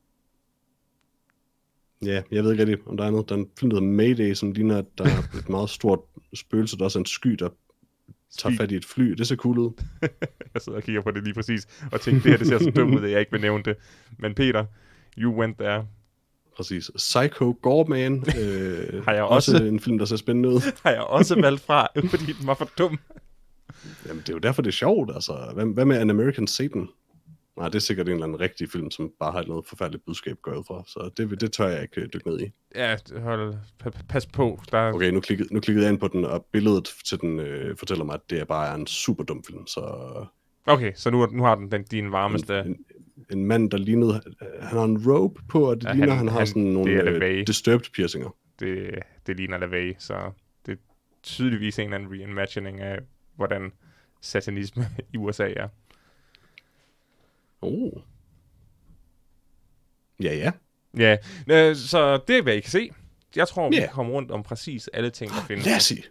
Ja, jeg ved ikke rigtig, om der er noget. Der er en film, der hedder Mayday, som ligner, at der er et meget stort spøgelse, der også er en sky, der tager fat i et fly. Det ser cool ud. Jeg sidder og kigger på det lige præcis, og tænker, det her det ser så dumt ud, at jeg ikke vil nævne det. Men Peter, you went there. Præcis. Psycho Goreman. Øh, har jeg også, også en film, der ser spændende ud. Har jeg også valgt fra, fordi den var for dum. Jamen, det er jo derfor, det er sjovt. Altså, hvad, hvad med An American Satan? Nej, det er sikkert en eller anden rigtig film, som bare har noget forfærdeligt budskab går ud fra. Så det, det tør jeg ikke dykke ned i. Ja, hold, pas på. Der... Okay, nu klikkede, nu klikkede jeg ind på den, og billedet til den øh, fortæller mig, at det er bare en super dum film. Så... Okay, så nu, nu har den, den din varmeste... En, en, en mand, der lignede... Han har en robe på, og det ja, ligner, han, han har han, sådan nogle øh, disturbed piercinger. Det, det ligner LaVey, så det er tydeligvis en eller anden reimagining af, hvordan satanisme i U S A er. Oh. Ja, ja. Ja, øh, så det er, hvad I kan se. Jeg tror, vi yeah. kan komme rundt om præcis alle ting, der findes. Lassie!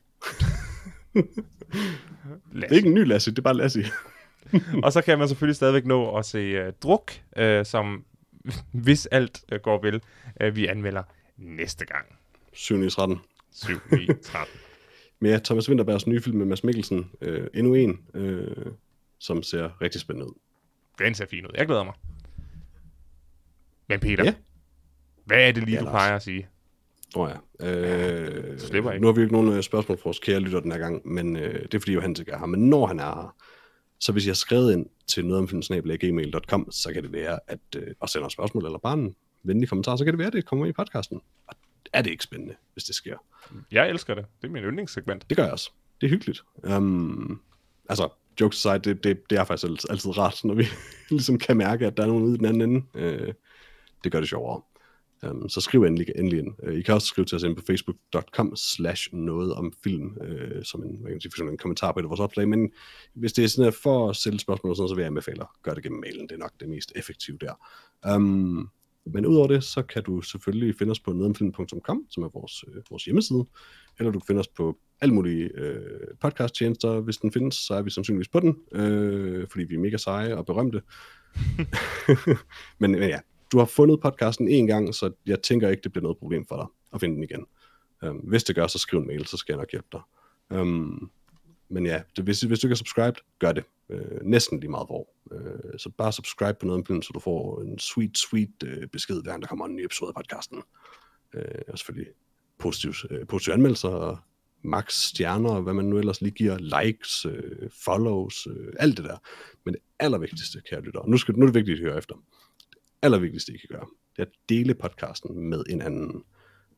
Det er ikke en ny Lassie, det er bare Lassie. Og så kan man selvfølgelig stadigvæk nå at se uh, Druk, uh, som hvis alt uh, går vel, uh, vi anmelder næste gang. syv ni tretten. syv ni tretten. Men ja, Thomas Vinterbergs nye film med Mads Mikkelsen. Øh, endnu en, øh, som ser rigtig spændende ud. Den ser fin ud. Jeg glæder mig. Men Peter, ja. Hvad er det lige, ja, du Lars. plejer at sige? Åh oh ja. Øh, slipper ikke. Nu har vi jo ikke nogen spørgsmål for vores kære lytter den her gang, men øh, det er fordi Johannes ikke er her. Men når han er her, så hvis jeg har skrevet ind til nogetomfilm snabel-a gmail punktum com, så kan det være, at øh, og sender et spørgsmål eller bare en venlig kommentar, så kan det være, at det kommer i podcasten. Og er det ikke spændende, hvis det sker? Jeg elsker det. Det er min yndlingssegment. Det gør jeg også. Det er hyggeligt. Um, altså, jokes aside, det, det, det er faktisk altid, altid rart, når vi ligesom kan mærke, at der er nogen ude i den anden ende. Uh, det gør det sjovere. Um, så skriv endelig, endelig ind. Uh, I kan også skrive til os ind på facebook punktum com slash noget om film, uh, som en, hvad kan sige, en kommentar på et af vores opslag. Men hvis det er sådan, at for at stille spørgsmål, sådan, så vil jeg anbefale at gøre det gennem mailen. Det er nok det mest effektive der. Um, Men udover det, så kan du selvfølgelig finde os på nogetomfilm punktum com, som er vores, øh, vores hjemmeside, eller du kan finde os på alle mulige øh, podcast-tjenester. Hvis den findes, så er vi sandsynligvis på den, øh, fordi vi er mega seje og berømte. men, men ja, du har fundet podcasten en gang, så jeg tænker ikke, det bliver noget problem for dig at finde den igen. Um, hvis det gør, så skriv en mail, så skal jeg nok hjælpe dig. Um, men ja, det, hvis, hvis du ikke er subscribed, gør det. Øh, næsten lige meget hvor. Øh, så bare subscribe på noget film, så du får en sweet, sweet øh, besked, hver gang der kommer en ny episode af podcasten. Øh, og selvfølgelig positive, øh, positive anmeldelser, og max stjerner, hvad man nu ellers lige giver, likes, øh, follows, øh, alt det der. Men det allervigtigste, kære lytter, nu, skal, nu er det vigtigt at høre efter. Det allervigtigste, I kan gøre, det er at dele podcasten med en anden.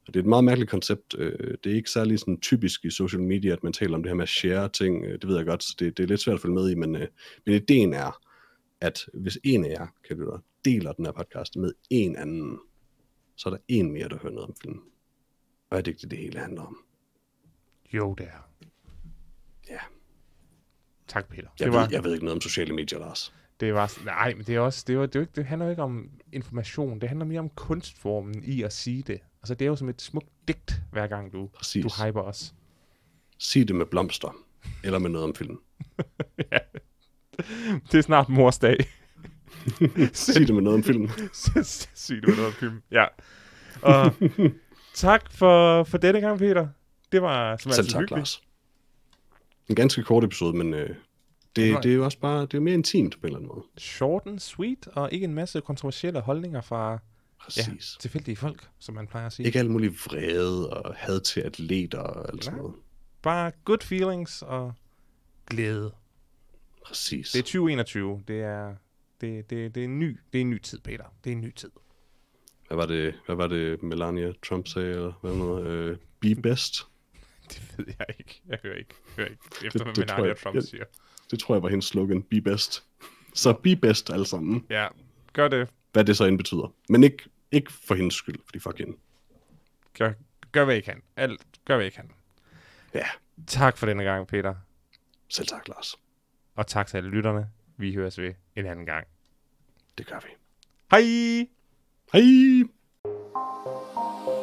Og det er et meget mærkeligt koncept. Det er ikke særlig sådan typisk i social media, at man taler om det her med at share ting. Det ved jeg godt, så det, det er lidt svært at følge med i, men, men ideen er, at hvis en af jer, kan du da, deler den her podcast med en anden, så er der en mere, der hører noget om filmen. Og er det ikke det, det hele handler om? Jo, det er. Ja. Tak, Peter. Jeg, det ved, var, jeg ved ikke noget om sociale medier, Lars. Det var, nej, men det er også, det, var, det, var ikke, det handler jo ikke om information, det handler mere om kunstformen i at sige det. Altså, det er jo som et smukt digt, hver gang du, du hyper os. Sig det med blomster, eller med noget om filmen. Ja. Det er snart morsdag. Sig det med noget om filmen. Sig det med noget om filmen, ja. Og tak for, for denne gang, Peter. Det var som altid hyggeligt. Lars. En ganske kort episode, men øh, det, det er jo også bare, det er jo mere intimt på en eller anden måde. Short and sweet, og ikke en masse kontroversielle holdninger fra ja, tilfældige folk, som man plejer at sige. Ikke alle mulige vrede og had til atleter og alt sådan noget. Bare good feelings og glæde. Præcis. Det er tyve enogtyve. Det er, det, det, det er en ny, det er en ny tid, Peter. Det er en ny tid. Hvad var det, hvad var det Melania Trump sagde, eller hvad noget? Øh, be best? Det ved jeg ikke. Jeg hører ikke. Jeg hører ikke efter, det, hvad det Melania jeg, Trump jeg, siger. Det tror jeg var hendes slogan. Be best. Så be best alle sammen. Ja, gør det. Hvad det så end betyder. Men ikke, ikke for hendes skyld, fordi fuck hende. Gør, gør hvad I kan. Alt. Gør hvad I kan. Ja. Tak for denne gang, Peter. Selv tak, Lars. Og tak til alle lytterne. Vi høres ved en anden gang. Det gør vi. Hej! Hej!